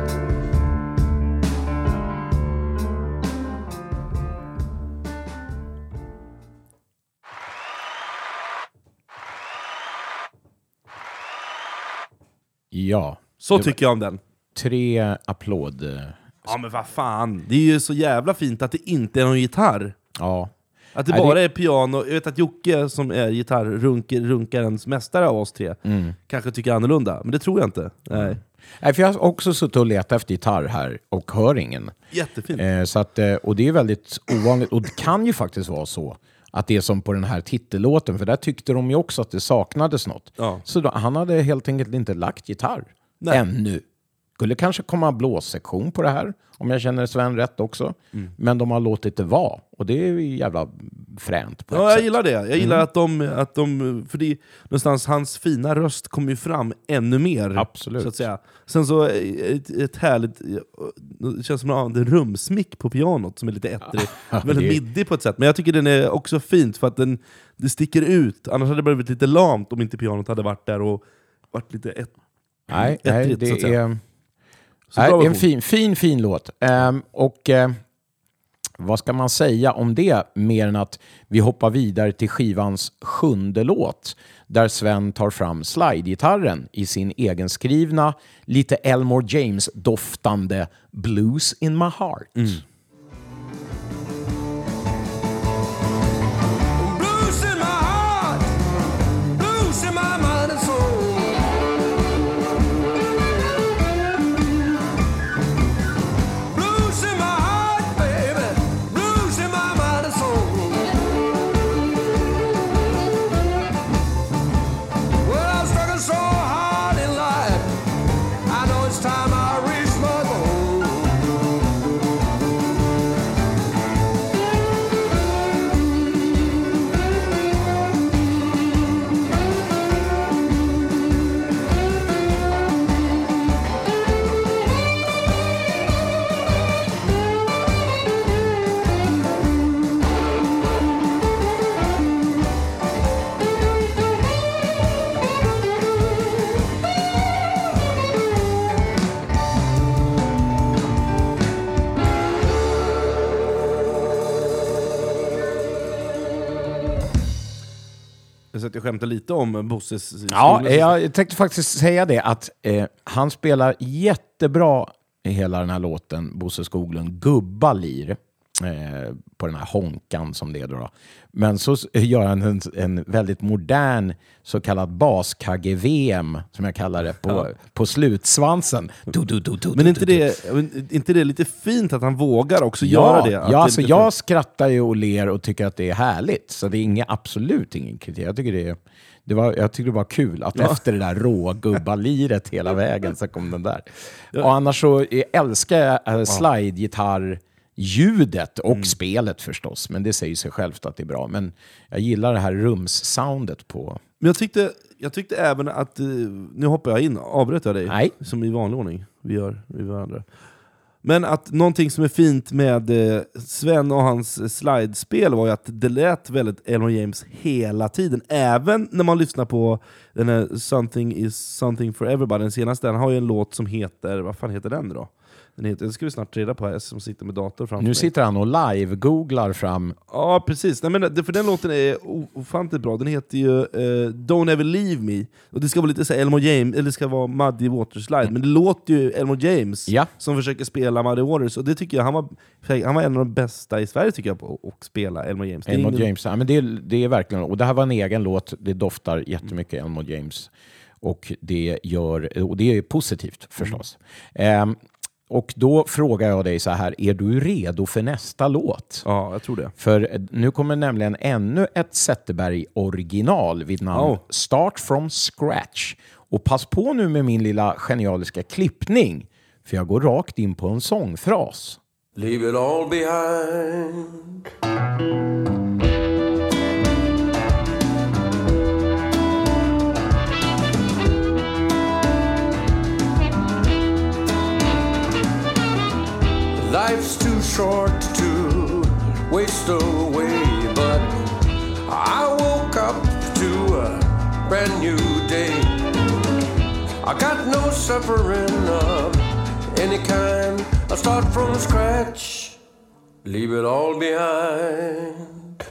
Ja. Så tycker jag om den. 3 applåd. Ja men vad fan, det är ju så jävla fint att det inte är någon gitarr. Ja. Att det bara är piano. Jag vet att Jocke som är gitarrrunkarens mästare av oss 3 kanske tycker annorlunda, men det tror jag inte. Nej. Nej, för jag har också suttit och letat efter gitarr här och hör ingen. Jättefint. Så att, och det är väldigt ovanligt. Och det kan ju faktiskt vara så att det är som på den här titellåten, för där tyckte de ju också att det saknades något. Ja. Så då, han hade helt enkelt inte lagt gitarr ännu. Skulle kanske komma blåssektion på det här, om jag känner Sven rätt också. Men de har låtit det vara. Och det är ju jävla fränt på ett Ja, jag sätt. gillar det. Jag gillar att de för det, någonstans hans fina röst kommer ju fram ännu mer. Absolut. Så att säga. Sen så ett härligt, det känns som en rumsmick på pianot som är lite ettrig. Väldigt middig på ett sätt. Men jag tycker den är också fint för att det sticker ut. Annars hade det blivit lite lamt om inte pianot hade varit där och varit lite Nej, ettrigt, det så att säga. är... Nej, bra det är version. en fin låt. Vad ska man säga om det mer än att vi hoppar vidare till skivans 7:e låt där Sven tar fram slide-gitarren i sin egenskrivna, lite Elmore James-doftande Blues in my heart. Blues in my heart, blues in my mind and soul. Blues in my heart, baby, blues in my mind and soul. Well, I'm struggling so hard in life, I know it's time I reach my goal. Jag skämtar lite om Bosses Ja, jag tänkte faktiskt säga det att han spelar jättebra i hela den här låten, Bosse Skoglund, gubbalir på den här honkan som det är då. Men så gör han en väldigt modern så kallad bas-KGVM som jag kallar det på slutsvansen. Men inte det lite fint att han vågar också göra det? Ja, alltså jag skrattar ju och ler och tycker att det är härligt. Så det är absolut ingen kritik. Jag tycker det var kul att efter det där rågubbaliret hela vägen så kom den där. Och annars så älskar jag slide-gitarr-ljudet och spelet förstås. Men det säger sig självt att det är bra. Men jag gillar det här rums-soundet på... Men jag tyckte även att... Nu hoppar jag in. Avbröt jag dig? Nej. Som i vanlig ordning vi gör vid varandra. Men att någonting som är fint med Sven och hans slidespel var ju att det lät väldigt Elmore James hela tiden. Även när man lyssnar på den här Something is something for everybody. Den senaste, den har ju en låt som heter... Vad fan heter den då? Den ska vi snart reda på här som sitter med dator framför mig. Nu sitter han och live-googlar fram. Ja, precis. Nej, men för den låten är ofantligt bra. Den heter ju Don't Ever Leave Me. Och det ska vara lite så Elmore James, eller det ska vara Muddy Waters Slide. Men det låter ju Elmore James som försöker spela Muddy Waters. Och det tycker jag, han var en av de bästa i Sverige tycker jag på att spela Elmore James. Elmore James, ja, men det är verkligen... Och det här var en egen låt. Det doftar jättemycket Elmore James. Och det är positivt förstås. Och då frågar jag dig så här, är du redo för nästa låt? Ja, jag tror det. För nu kommer nämligen ännu ett Zetterberg-original vid namn Start from Scratch. Och pass på nu med min lilla genialiska klippning, för jag går rakt in på en sångfras. Leave it all behind. Life's too short to waste away, but I woke up to a brand new day. I got no suffering of any kind. I start from scratch, leave it all behind.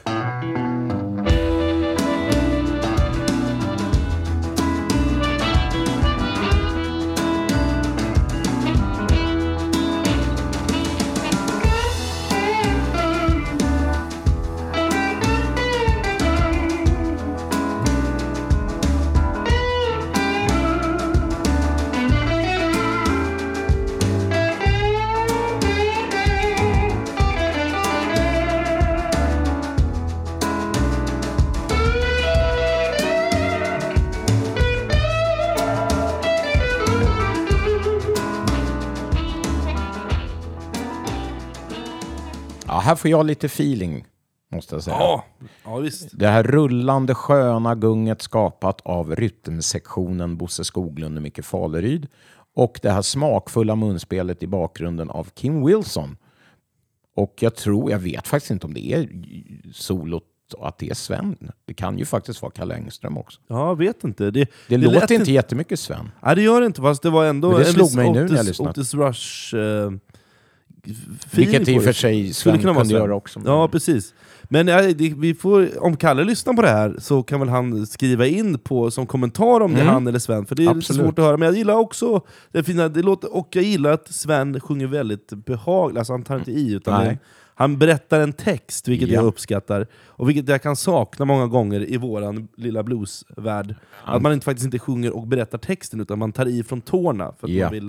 Här får jag lite feeling, måste jag säga. Ja, visst. Det här rullande sköna gunget skapat av rytmsektionen Bosse Skoglund och Micke Faleryd. Och det här smakfulla munspelet i bakgrunden av Kim Wilson. Och jag vet faktiskt inte om det är solot, att det är Sven. Det kan ju faktiskt vara Kalle Engström också. Ja, jag vet inte. Det låter inte jättemycket Sven. Nej, det gör det inte, fast det var ändå... Men det slog mig nu när jag lyssnade. Otis Rush... Vilket i och för sig Sven kunde göra också. Ja, precis. Men vi får, om Kalle lyssnar på det här så kan väl han skriva in som kommentar om det är han eller Sven. För det är lite svårt att höra. Men jag gillar också det fina, och jag gillar att Sven sjunger väldigt behagligt. Alltså han tar inte i, utan han berättar en text, vilket jag uppskattar. Och vilket jag kan sakna många gånger i våran lilla bluesvärld. Att man faktiskt inte sjunger och berättar texten, utan man tar i från tårna för att man vill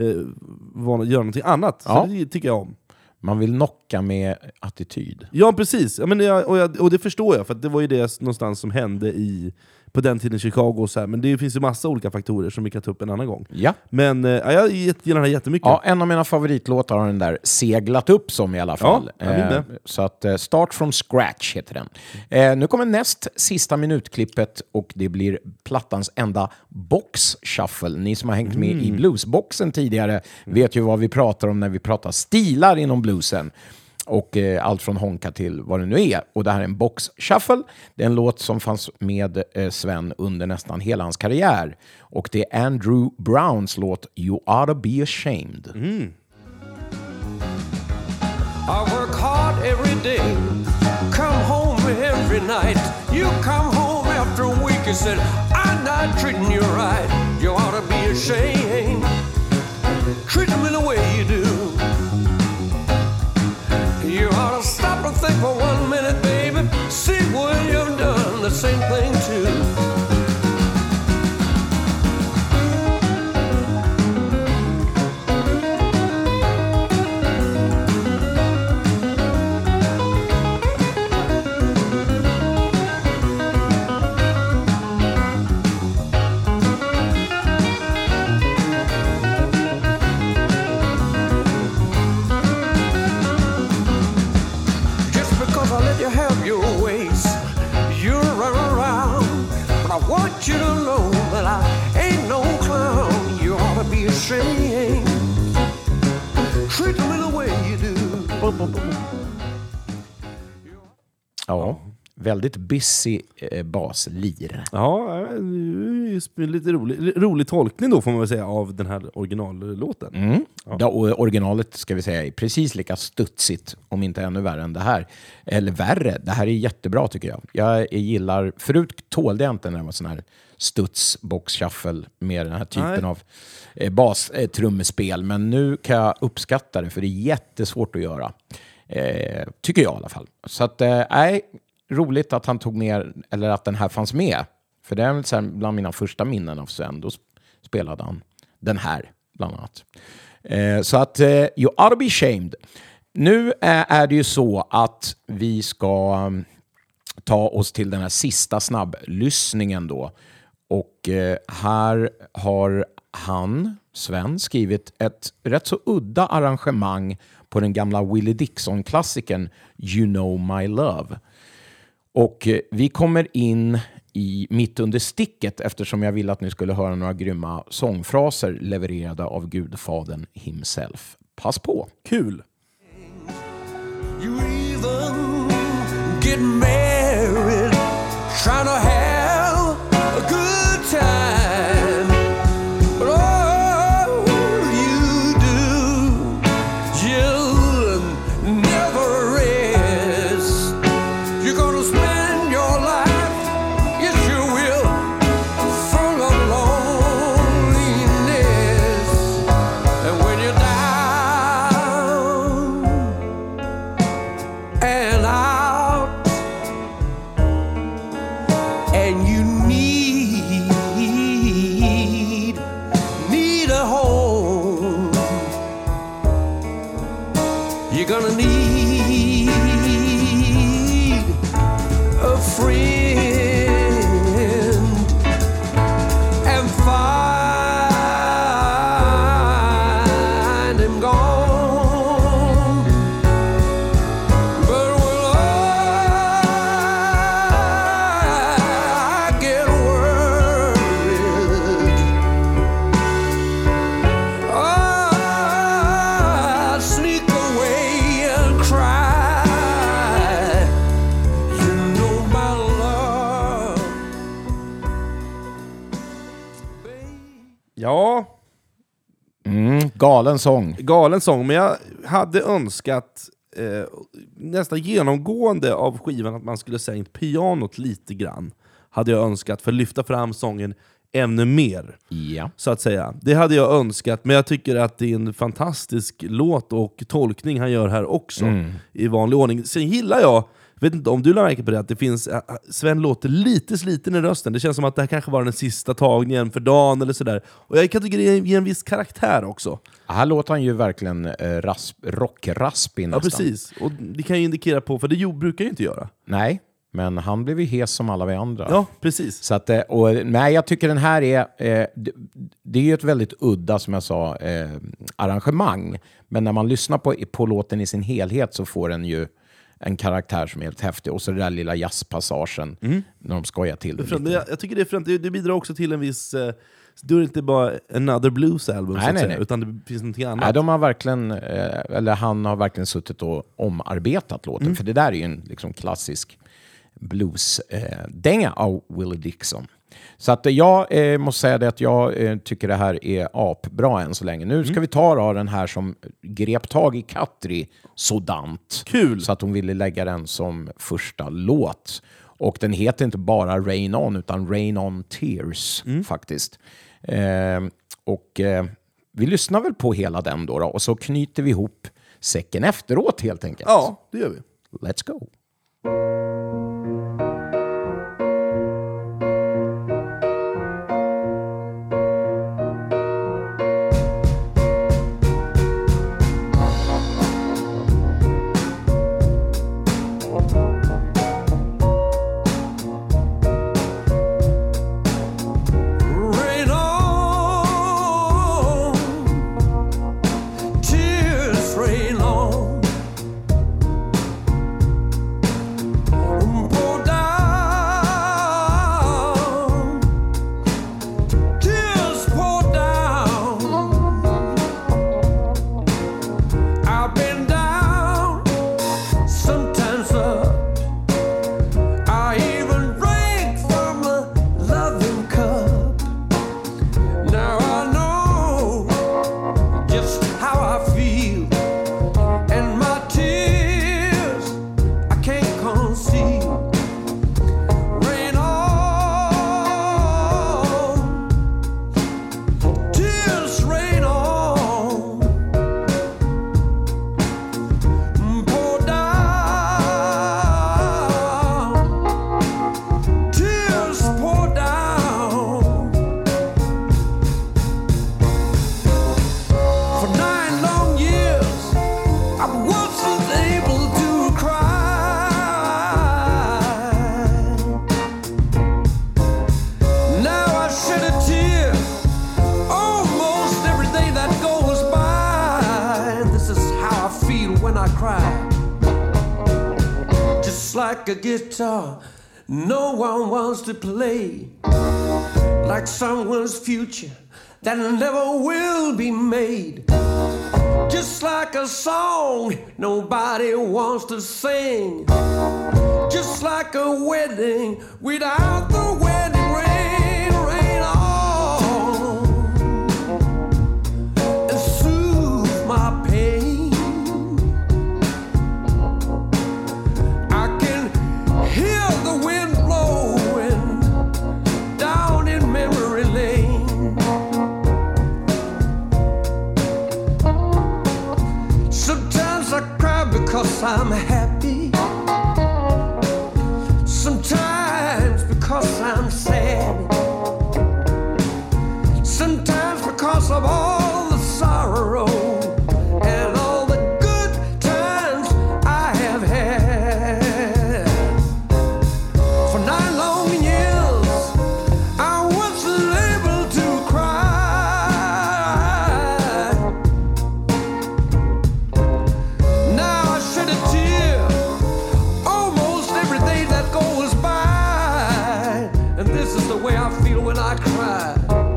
göra någonting annat. Så det tycker jag om. Man vill knocka med attityd. Ja, precis. Och det förstår jag, för att det var ju det någonstans som hände på den tiden i Chicago och så här. Men det finns ju massa olika faktorer som vi kan ta upp en annan gång. Ja. Men jag gillar den här jättemycket. Ja, en av mina favoritlåtar har den där seglat upp som i alla fall. Så att Start from Scratch heter den. Nu kommer näst sista minutklippet och det blir plattans enda box-shuffle. Ni som har hängt med i bluesboxen tidigare vet ju vad vi pratar om när vi pratar stilar inom bluesen. Och allt från honka till vad det nu är. Och det här är en box shuffle. Det är en låt som fanns med Sven under nästan hela hans karriär. Och det är Andrew Browns låt You Oughta Be Ashamed. I work hard every day, come home every night. You come home after a week and said I'm not treating you right. You oughta be ashamed, treating me the way you do. You ought to stop and think for 1 minute, baby. See what you've done, the same thing too. You don't know that I ain't no clown. You ought to be ashamed. Treat me the way you do. Ja, väldigt busy baslir. Ja, lite rolig tolkning då får man väl säga av den här originallåten. Ja, och originalet ska vi säga är precis lika studsigt, om inte ännu värre än det här. Eller värre, det här är jättebra tycker jag. Jag gillar, förut tålde jag inte när det var sån här studs, box, shuffle med den här typen av bas-trummespel. Men nu kan jag uppskatta det, för det är jättesvårt att göra. Tycker jag i alla fall. Så att, roligt att han tog med, eller att den här fanns med. För det är väl så här bland mina första minnen av Sven. Då spelade han den här bland annat. Så att you ought to be shamed. Nu är det ju så att vi ska ta oss till den här sista snabblyssningen då. Och här har Sven, skrivit ett rätt så udda arrangemang på den gamla Willie Dixon-klassikern You Know My Love. Och vi kommer in mitt under sticket eftersom jag ville att ni skulle höra några grymma sångfraser levererade av gudfadern himself. Pass på! Kul! You even get married, trying to have a good time. But all you do, you'll never rest. You're gonna spend your life, yes you will, full of loneliness. And when you're down and out, and you need a home, you're gonna need a friend, and find him gone. But will I get worried? I sneak away and cry. You know my love, Ja, Galen sång. galen sång, men jag hade önskat nästan genomgående av skivan att man skulle sänkt pianot lite grann. Hade jag önskat för att lyfta fram sången ännu mer, Ja. så att säga. Det hade jag önskat, men jag tycker att det är en fantastisk låt och tolkning han gör här också i vanlig ordning. Sen gillar jag vet inte om du lade märke på det, att det finns Sven låter lite sliten i rösten. Det känns som att det här kanske var den sista tagningen för dagen eller sådär. Och jag kan tycka det ger en viss karaktär också. Här låter han ju verkligen rockraspig Ja, nästan. precis. Och det kan ju indikera på, för det brukar ju inte göra. Nej, men han blev ju hes som alla vi andra. Ja, precis. Så att, nej, jag tycker den här är... det är ju ett väldigt udda, som jag sa, arrangemang. Men när man lyssnar på låten i sin helhet så får den ju en karaktär som är helt häftig. Och så den där lilla jazzpassagen när de skojar till det lite. Jag tycker det är främt. Det bidrar också till en viss... Det är inte bara another blues album, Nej, så att nej, säga, nej. utan det finns någonting annat. Nej, de har verkligen, eller han har verkligen suttit och omarbetat låten. För det där är ju en liksom klassisk blues-dänga av Willie Dixon. Så att jag måste säga det att jag tycker det här är apbra än så länge. Nu ska vi ta då den här som grep tag i Katri sådant. Kul! Så att hon ville lägga den som första låt. Och den heter inte bara Rain On utan Rain On Tears faktiskt. Vi lyssnar väl på hela den då och så knyter vi ihop säcken efteråt helt enkelt. Ja, det gör vi. Let's go! rain on, tears rain on. like a guitar no one wants to play, like someone's future that never will be made, just like a song nobody wants to sing, just like a wedding without the wedding ring. Rain on and soothe my pain. I can hear the wind blowing down in memory lane. Sometimes I cry because I'm happy, sometimes because I'm sad, sometimes because of all the sorrow and all the good times I have had. For 9 long years I wasn't able to cry. Now I shed a tear almost every day that goes by, and this is the way I feel when I cry.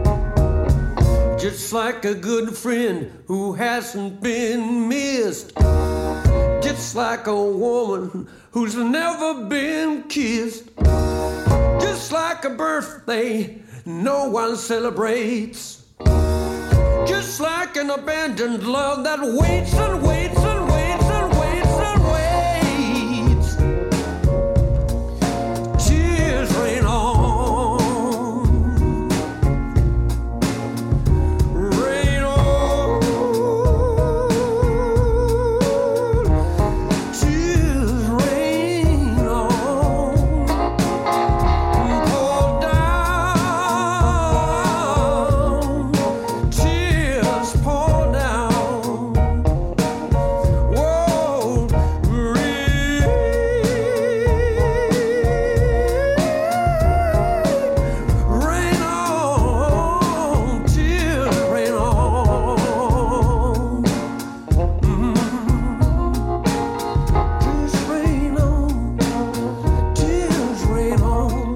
Just like a good friend who hasn't been missed, just like a woman who's never been kissed, just like a birthday no one celebrates, just like an abandoned love that waits and waits and waits and waits and waits. Tears rain on, rain on, tears rain on, pour down, tears pour down. Whoa, rain on, tears rain on. Tears rain on, tears rain on.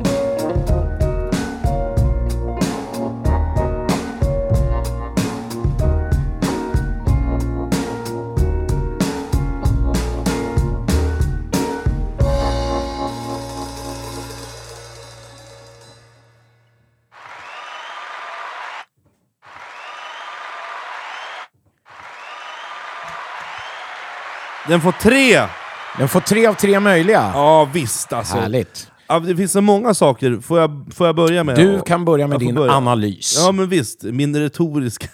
Den får 3! Den får 3 av 3 möjliga. Ja, visst alltså. Härligt. Ja, det finns så många saker. Får jag börja med? Du kan börja med Jag får din börja. analys. Ja, men visst. Min retoriska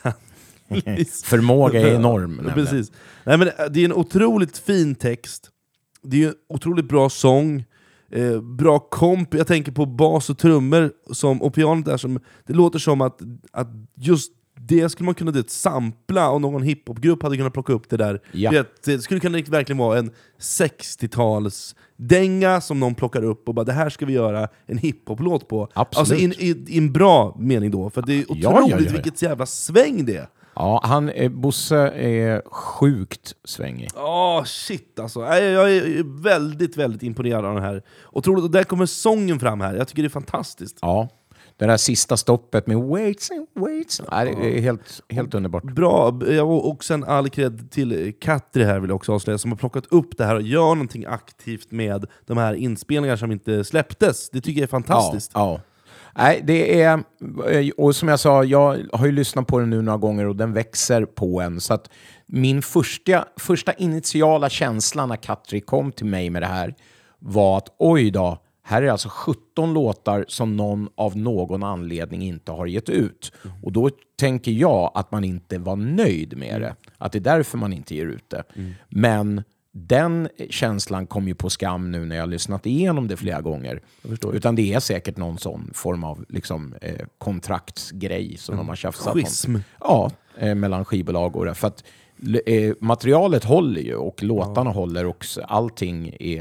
Förmåga är enorm. nämligen. Precis. Nej, men det är en otroligt fin text. Det är en otroligt bra sång. Bra komp. Jag tänker på bas och trummor och pianot där som det låter som att just det skulle man kunna sampla, och någon hiphopgrupp hade kunnat plocka upp det där. Ja. Det skulle kunna verkligen vara en 60-tals dänga som någon plockar upp och bara, det här ska vi göra en hiphop-låt på. Absolut. Alltså i en bra mening då, för det är otroligt vilket jävla sväng det är. Ja, Bosse är sjukt svängig. Shit alltså. Jag är väldigt, väldigt imponerad av den här. Otroligt, och där kommer sången fram här. Jag tycker det är fantastiskt. Ja, det där sista stoppet med waits and waits. Ja, det är helt underbart. Bra, och sen all cred till Katri här vill jag också avslöja, som har plockat upp det här och gör någonting aktivt med de här inspelningar som inte släpptes. Det tycker jag är fantastiskt. Ja. Nej, det är, och som jag sa, jag har ju lyssnat på den nu några gånger och den växer på en. Så att min första initiala känsla när Katri kom till mig med det här var att oj då, här är alltså 17 låtar som någon av någon anledning inte har gett ut. Och då tänker jag att man inte var nöjd med det. Att det är därför man inte ger ut det. Men den känslan kom ju på skam nu när jag har lyssnat igenom det flera gånger. Utan det är säkert någon sån form av kontraktsgrej som de har tjafsat Schism. om. Ja, mellan skivbolag och det. För att materialet håller ju och låtarna håller och allting är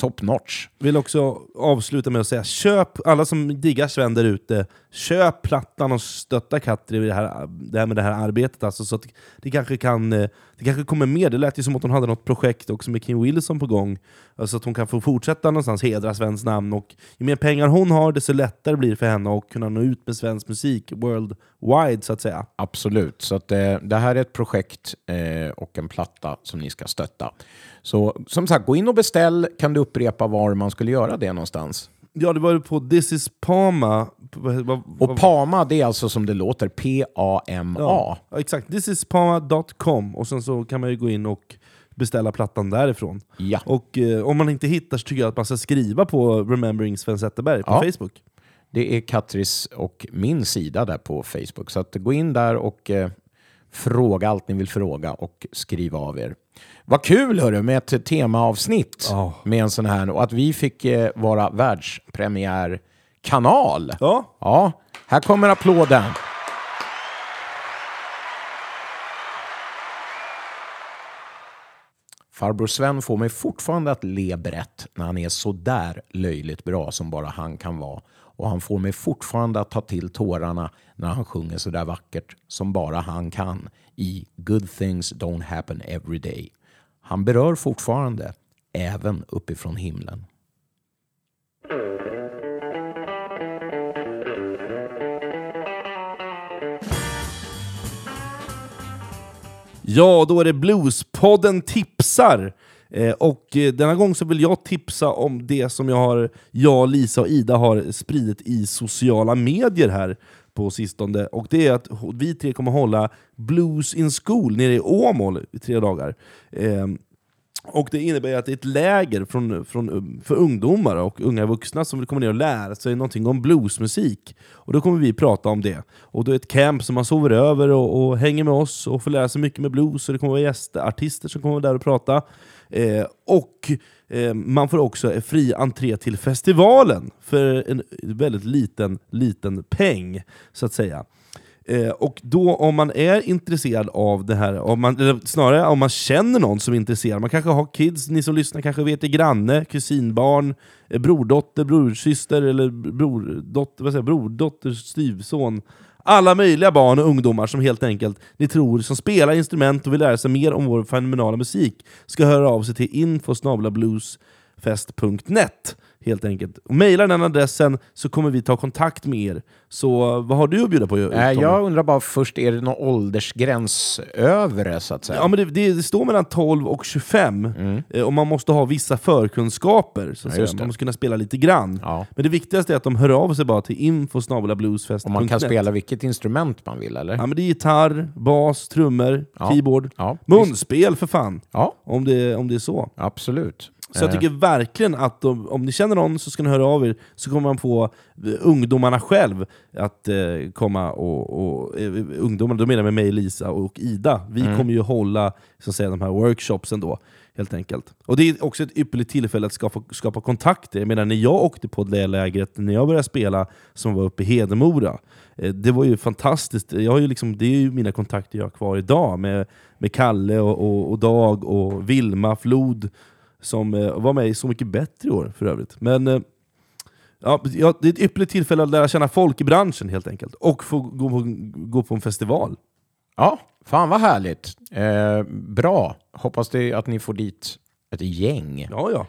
top notch. Vill också avsluta med att säga, köp, alla som diggar Sven där ute, köp plattan och stötta Katri i det här med det här arbetet. Alltså, så att det kanske kommer mer. Det lät ju som att hon hade något projekt också med Kim Wilson på gång. Alltså att hon kan få fortsätta någonstans hedra Svens namn. Och ju mer pengar hon har, desto lättare blir det för henne att kunna nå ut med svensk musik worldwide, så att säga. Absolut. Så att, det här är ett projekt och en platta som ni ska stötta. Så som sagt, gå in och beställ. Kan du upprepa var man skulle göra det någonstans? Ja, det var på This is Pama. Och Pama, det är alltså som det låter, P-A-M-A. Ja, exakt. thisispama.com. Och sen så kan man ju gå in och beställa plattan därifrån. Ja. Och om man inte hittar så tycker jag att man ska skriva på Remembering Sven Zetterberg på Facebook. Det är Katris och min sida där på Facebook. Så att gå in där och fråga allt ni vill fråga och skriva av er. Vad kul hörru, med ett temaavsnitt med en sån här, och att vi fick vara världspremiärkanal. Ja, här kommer applåden. Farbror Sven får mig fortfarande att le brett när han är så där löjligt bra som bara han kan vara. Och han får mig fortfarande att ta till tårarna när han sjunger så där vackert som bara han kan i Good Things Don't Happen Every Day. Han berör fortfarande, även uppifrån himlen. Ja, då är det Bluespodden tipsar. Och denna gång så vill jag tipsa om det som jag, Lisa och Ida har spridit i sociala medier här på sistone. Och det är att vi tre kommer hålla Blues in School nere i Åmål i 3 dagar. Och det innebär att det är ett läger för ungdomar och unga vuxna som vill komma ner och lära sig någonting om bluesmusik. Och då kommer vi prata om det. Och då är ett camp som man sover över och hänger med oss och får lära sig mycket med blues. Och det kommer vara gästartister som kommer där och prata. Och man får också fri entré till festivalen för en väldigt liten peng, så att säga. Och då om man är intresserad av det här, eller snarare om man känner någon som är intresserad, man kanske har kids, ni som lyssnar kanske vet, granne, kusinbarn, brordotter, brorsyster eller brordotter, styvson, alla möjliga barn och ungdomar som helt enkelt ni tror som spelar instrument och vill lära sig mer om vår fenomenala musik ska höra av sig till info@bluesfest.net helt enkelt. Och mejla den adressen så kommer vi ta kontakt med er. Så vad har du att bjuda på? Jag undrar bara först, är det någon åldersgräns över det, så att säga? Ja, men det står mellan 12 och 25 och man måste ha vissa förkunskaper, så att säga. Man måste kunna spela lite grann. Ja. Men det viktigaste är att de hör av sig bara till info@bluesfest.net. Och man kan spela vilket instrument man vill, eller? Ja, men det är gitarr, bas, trummor, keyboard, munspel för fan. Ja. Om det är så. Absolut. Så jag tycker verkligen att om ni känner någon så ska ni höra av er, så kommer man få ungdomarna själv att komma och ungdomarna, då menar jag med mig, Lisa och Ida. Vi kommer ju hålla, så att säga, de här workshopsen då, helt enkelt. Och det är också ett ypperligt tillfälle att skapa kontakter. Jag menar, när jag åkte på det lägret, när jag började spela, som var uppe i Hedemora, det var ju fantastiskt. Jag har ju det är ju mina kontakter jag har kvar idag med Kalle och Dag och Vilma Flod, som var med i Så mycket bättre i år för övrigt. Men det är ett ypperligt tillfälle att lära känna folk i branschen helt enkelt. Och få gå på en festival. Ja, fan vad härligt. Bra. Hoppas att ni får dit ett gäng. Ja.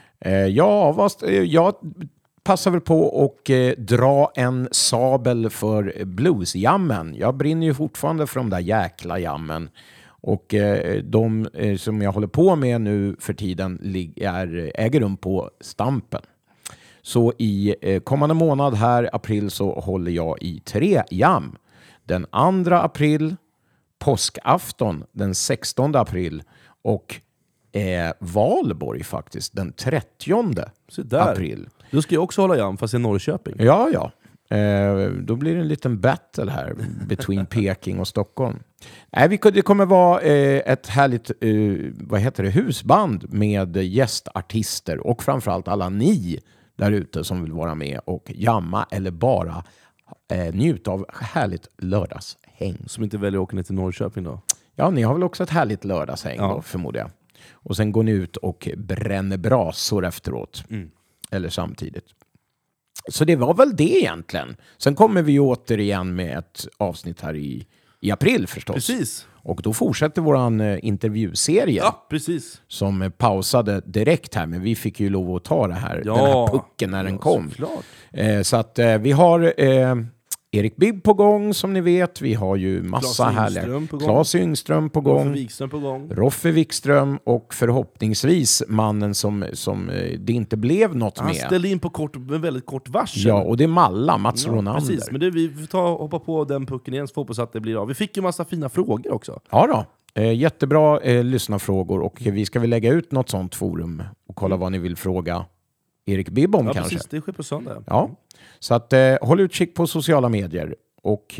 Jag passar väl på att dra en sabel för bluesjammen. Jag brinner ju fortfarande för de där jäkla jammen. Och de som jag håller på med nu för tiden äger rum på Stampen. Så i kommande månad här, april, så håller jag i 3 jam. Den 2 april, påskafton den 16 april och Valborg faktiskt den 30 april. Då ska jag också hålla jam, fast i Norrköping. Ja. Då blir det en liten battle här between Peking och Stockholm. Nej, det kommer vara ett härligt husband med gästartister och framförallt alla ni där ute som vill vara med och jamma eller bara njuta av härligt lördagshäng. Som inte väljer att åka ner till Norrköping då? Ja, ni har väl också ett härligt lördagshäng då, förmodar jag. Och sen går ni ut och bränner brasor efteråt. Eller samtidigt. Så det var väl det egentligen. Sen kommer vi återigen med ett avsnitt här i april förstås. Precis. Och då fortsätter våran intervjuserie. Ja, precis. Som pausade direkt här. Men vi fick ju lov att ta det här, den här pucken när den kom. Så att vi har Erik Bibb på gång som ni vet. Vi har ju massa härliga. Claes Yngström på gång. Roffe Wikström på gång. Roffe Wikström och förhoppningsvis mannen som det inte blev något med. Han ställde in på väldigt kort varsel. Ja, och det är Mats Ronander. Precis, men vi får hoppa på den pucken igen så hoppas att det blir av. Vi fick ju massa fina frågor också. Ja då. Jättebra lyssnarfrågor och vi ska väl lägga ut något sånt forum och kolla vad ni vill fråga Erik Bibb om kanske. Precis, det sker på söndag. Ja, så att håll utkik på sociala medier. Och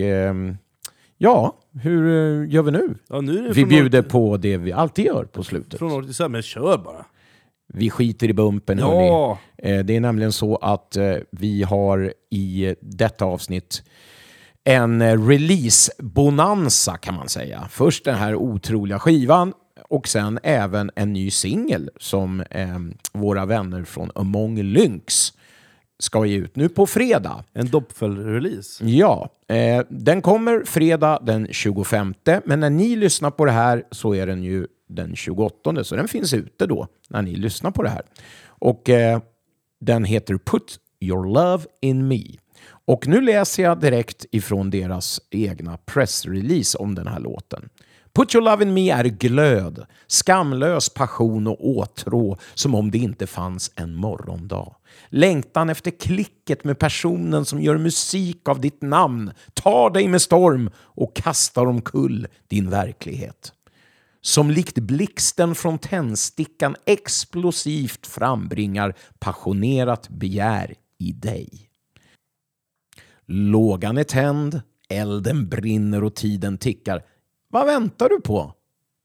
hur gör vi nu? Ja, nu är det vi bjuder på det vi alltid gör på slutet. Från norr till söder, men kör bara. Vi skiter i bumpen, hörni. Det är nämligen så att vi har i detta avsnitt en release-bonanza kan man säga. Först den här otroliga skivan och sen även en ny singel som våra vänner från Among Lynx ska ge ut nu på fredag. En doppfel-release. Ja, den kommer fredag den 25. Men när ni lyssnar på det här så är den ju den 28. Så den finns ute då när ni lyssnar på det här. Och den heter Put Your Love In Me. Och nu läser jag direkt ifrån deras egna pressrelease om den här låten. Put Your Love In Me är glöd, skamlös passion och åtrå som om det inte fanns en morgondag. Längtan efter klicket med personen som gör musik av ditt namn tar dig med storm och kastar omkull din verklighet. Som likt blixten från tändstickan explosivt frambringar passionerat begär i dig. Lågan är tänd, elden brinner och tiden tickar. Vad väntar du på?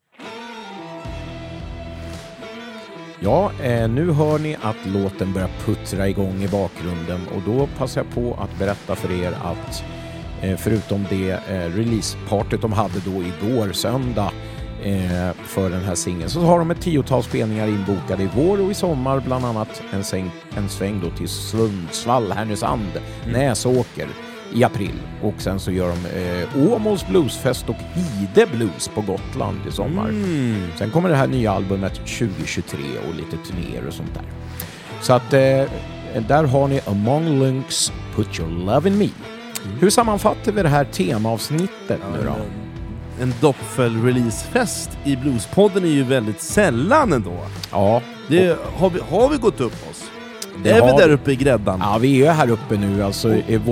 Ja, nu hör ni att låten börjar puttra igång i bakgrunden och då passar jag på att berätta för er att förutom det releasepartyt de hade då igår söndag för den här singeln så har de ett 10-tal spelningar inbokade i vår och i sommar, bland annat en sväng då till Sundsvall, Härnösand, Näsåker i april. Och sen så gör de Åmåls Bluesfest och Hide Blues på Gotland i sommar. Sen kommer det här nya albumet 2023 och lite turnéer och sånt där. Så att där har ni Among Lynx, Put Your Love In Me. Hur sammanfattar vi det här temaavsnittet nu då? En doppfel-releasefest i Bluespodden är ju väldigt sällan ändå. Ja. Har vi gått upp oss? Vi där uppe i gräddan? Ja, vi är här uppe nu. Alltså,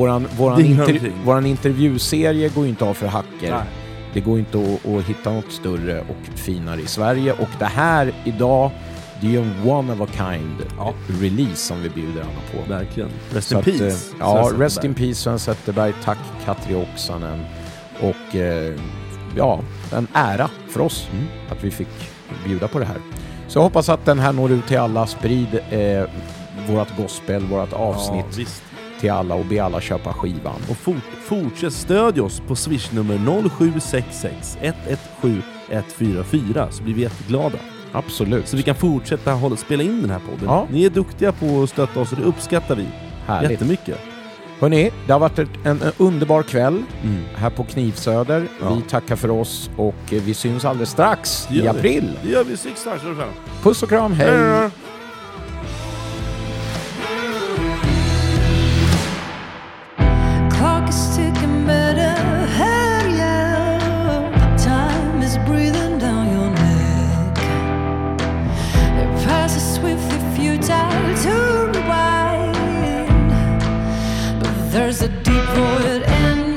våran intervjuserie går inte av för hacker. Nej. Det går inte att hitta något större och finare i Sverige. Och det här idag, det är ju en one of a kind release som vi bjuder alla på. Verkligen. Rest in peace. Rest in peace Sven Zetterberg. Tack Katri Oksanen. Och en ära för oss att vi fick bjuda på det här. Så jag hoppas att den här når ut till alla. Sprid vårat gospel, vårat avsnitt till alla och be alla köpa skivan. Och fortsätt stödja oss på Swish-nummer 0766 117 144 så blir vi jätteglada. Absolut. Så vi kan fortsätta spela in den här podden. Ja. Ni är duktiga på att stötta oss och det uppskattar vi. Härligt. Jättemycket. Hörrni, det har varit en underbar kväll här på Knivsöder. Ja. Vi tackar för oss och vi syns alldeles strax i april. Det gör vi strax. Puss och kram, hej! There's a deep void in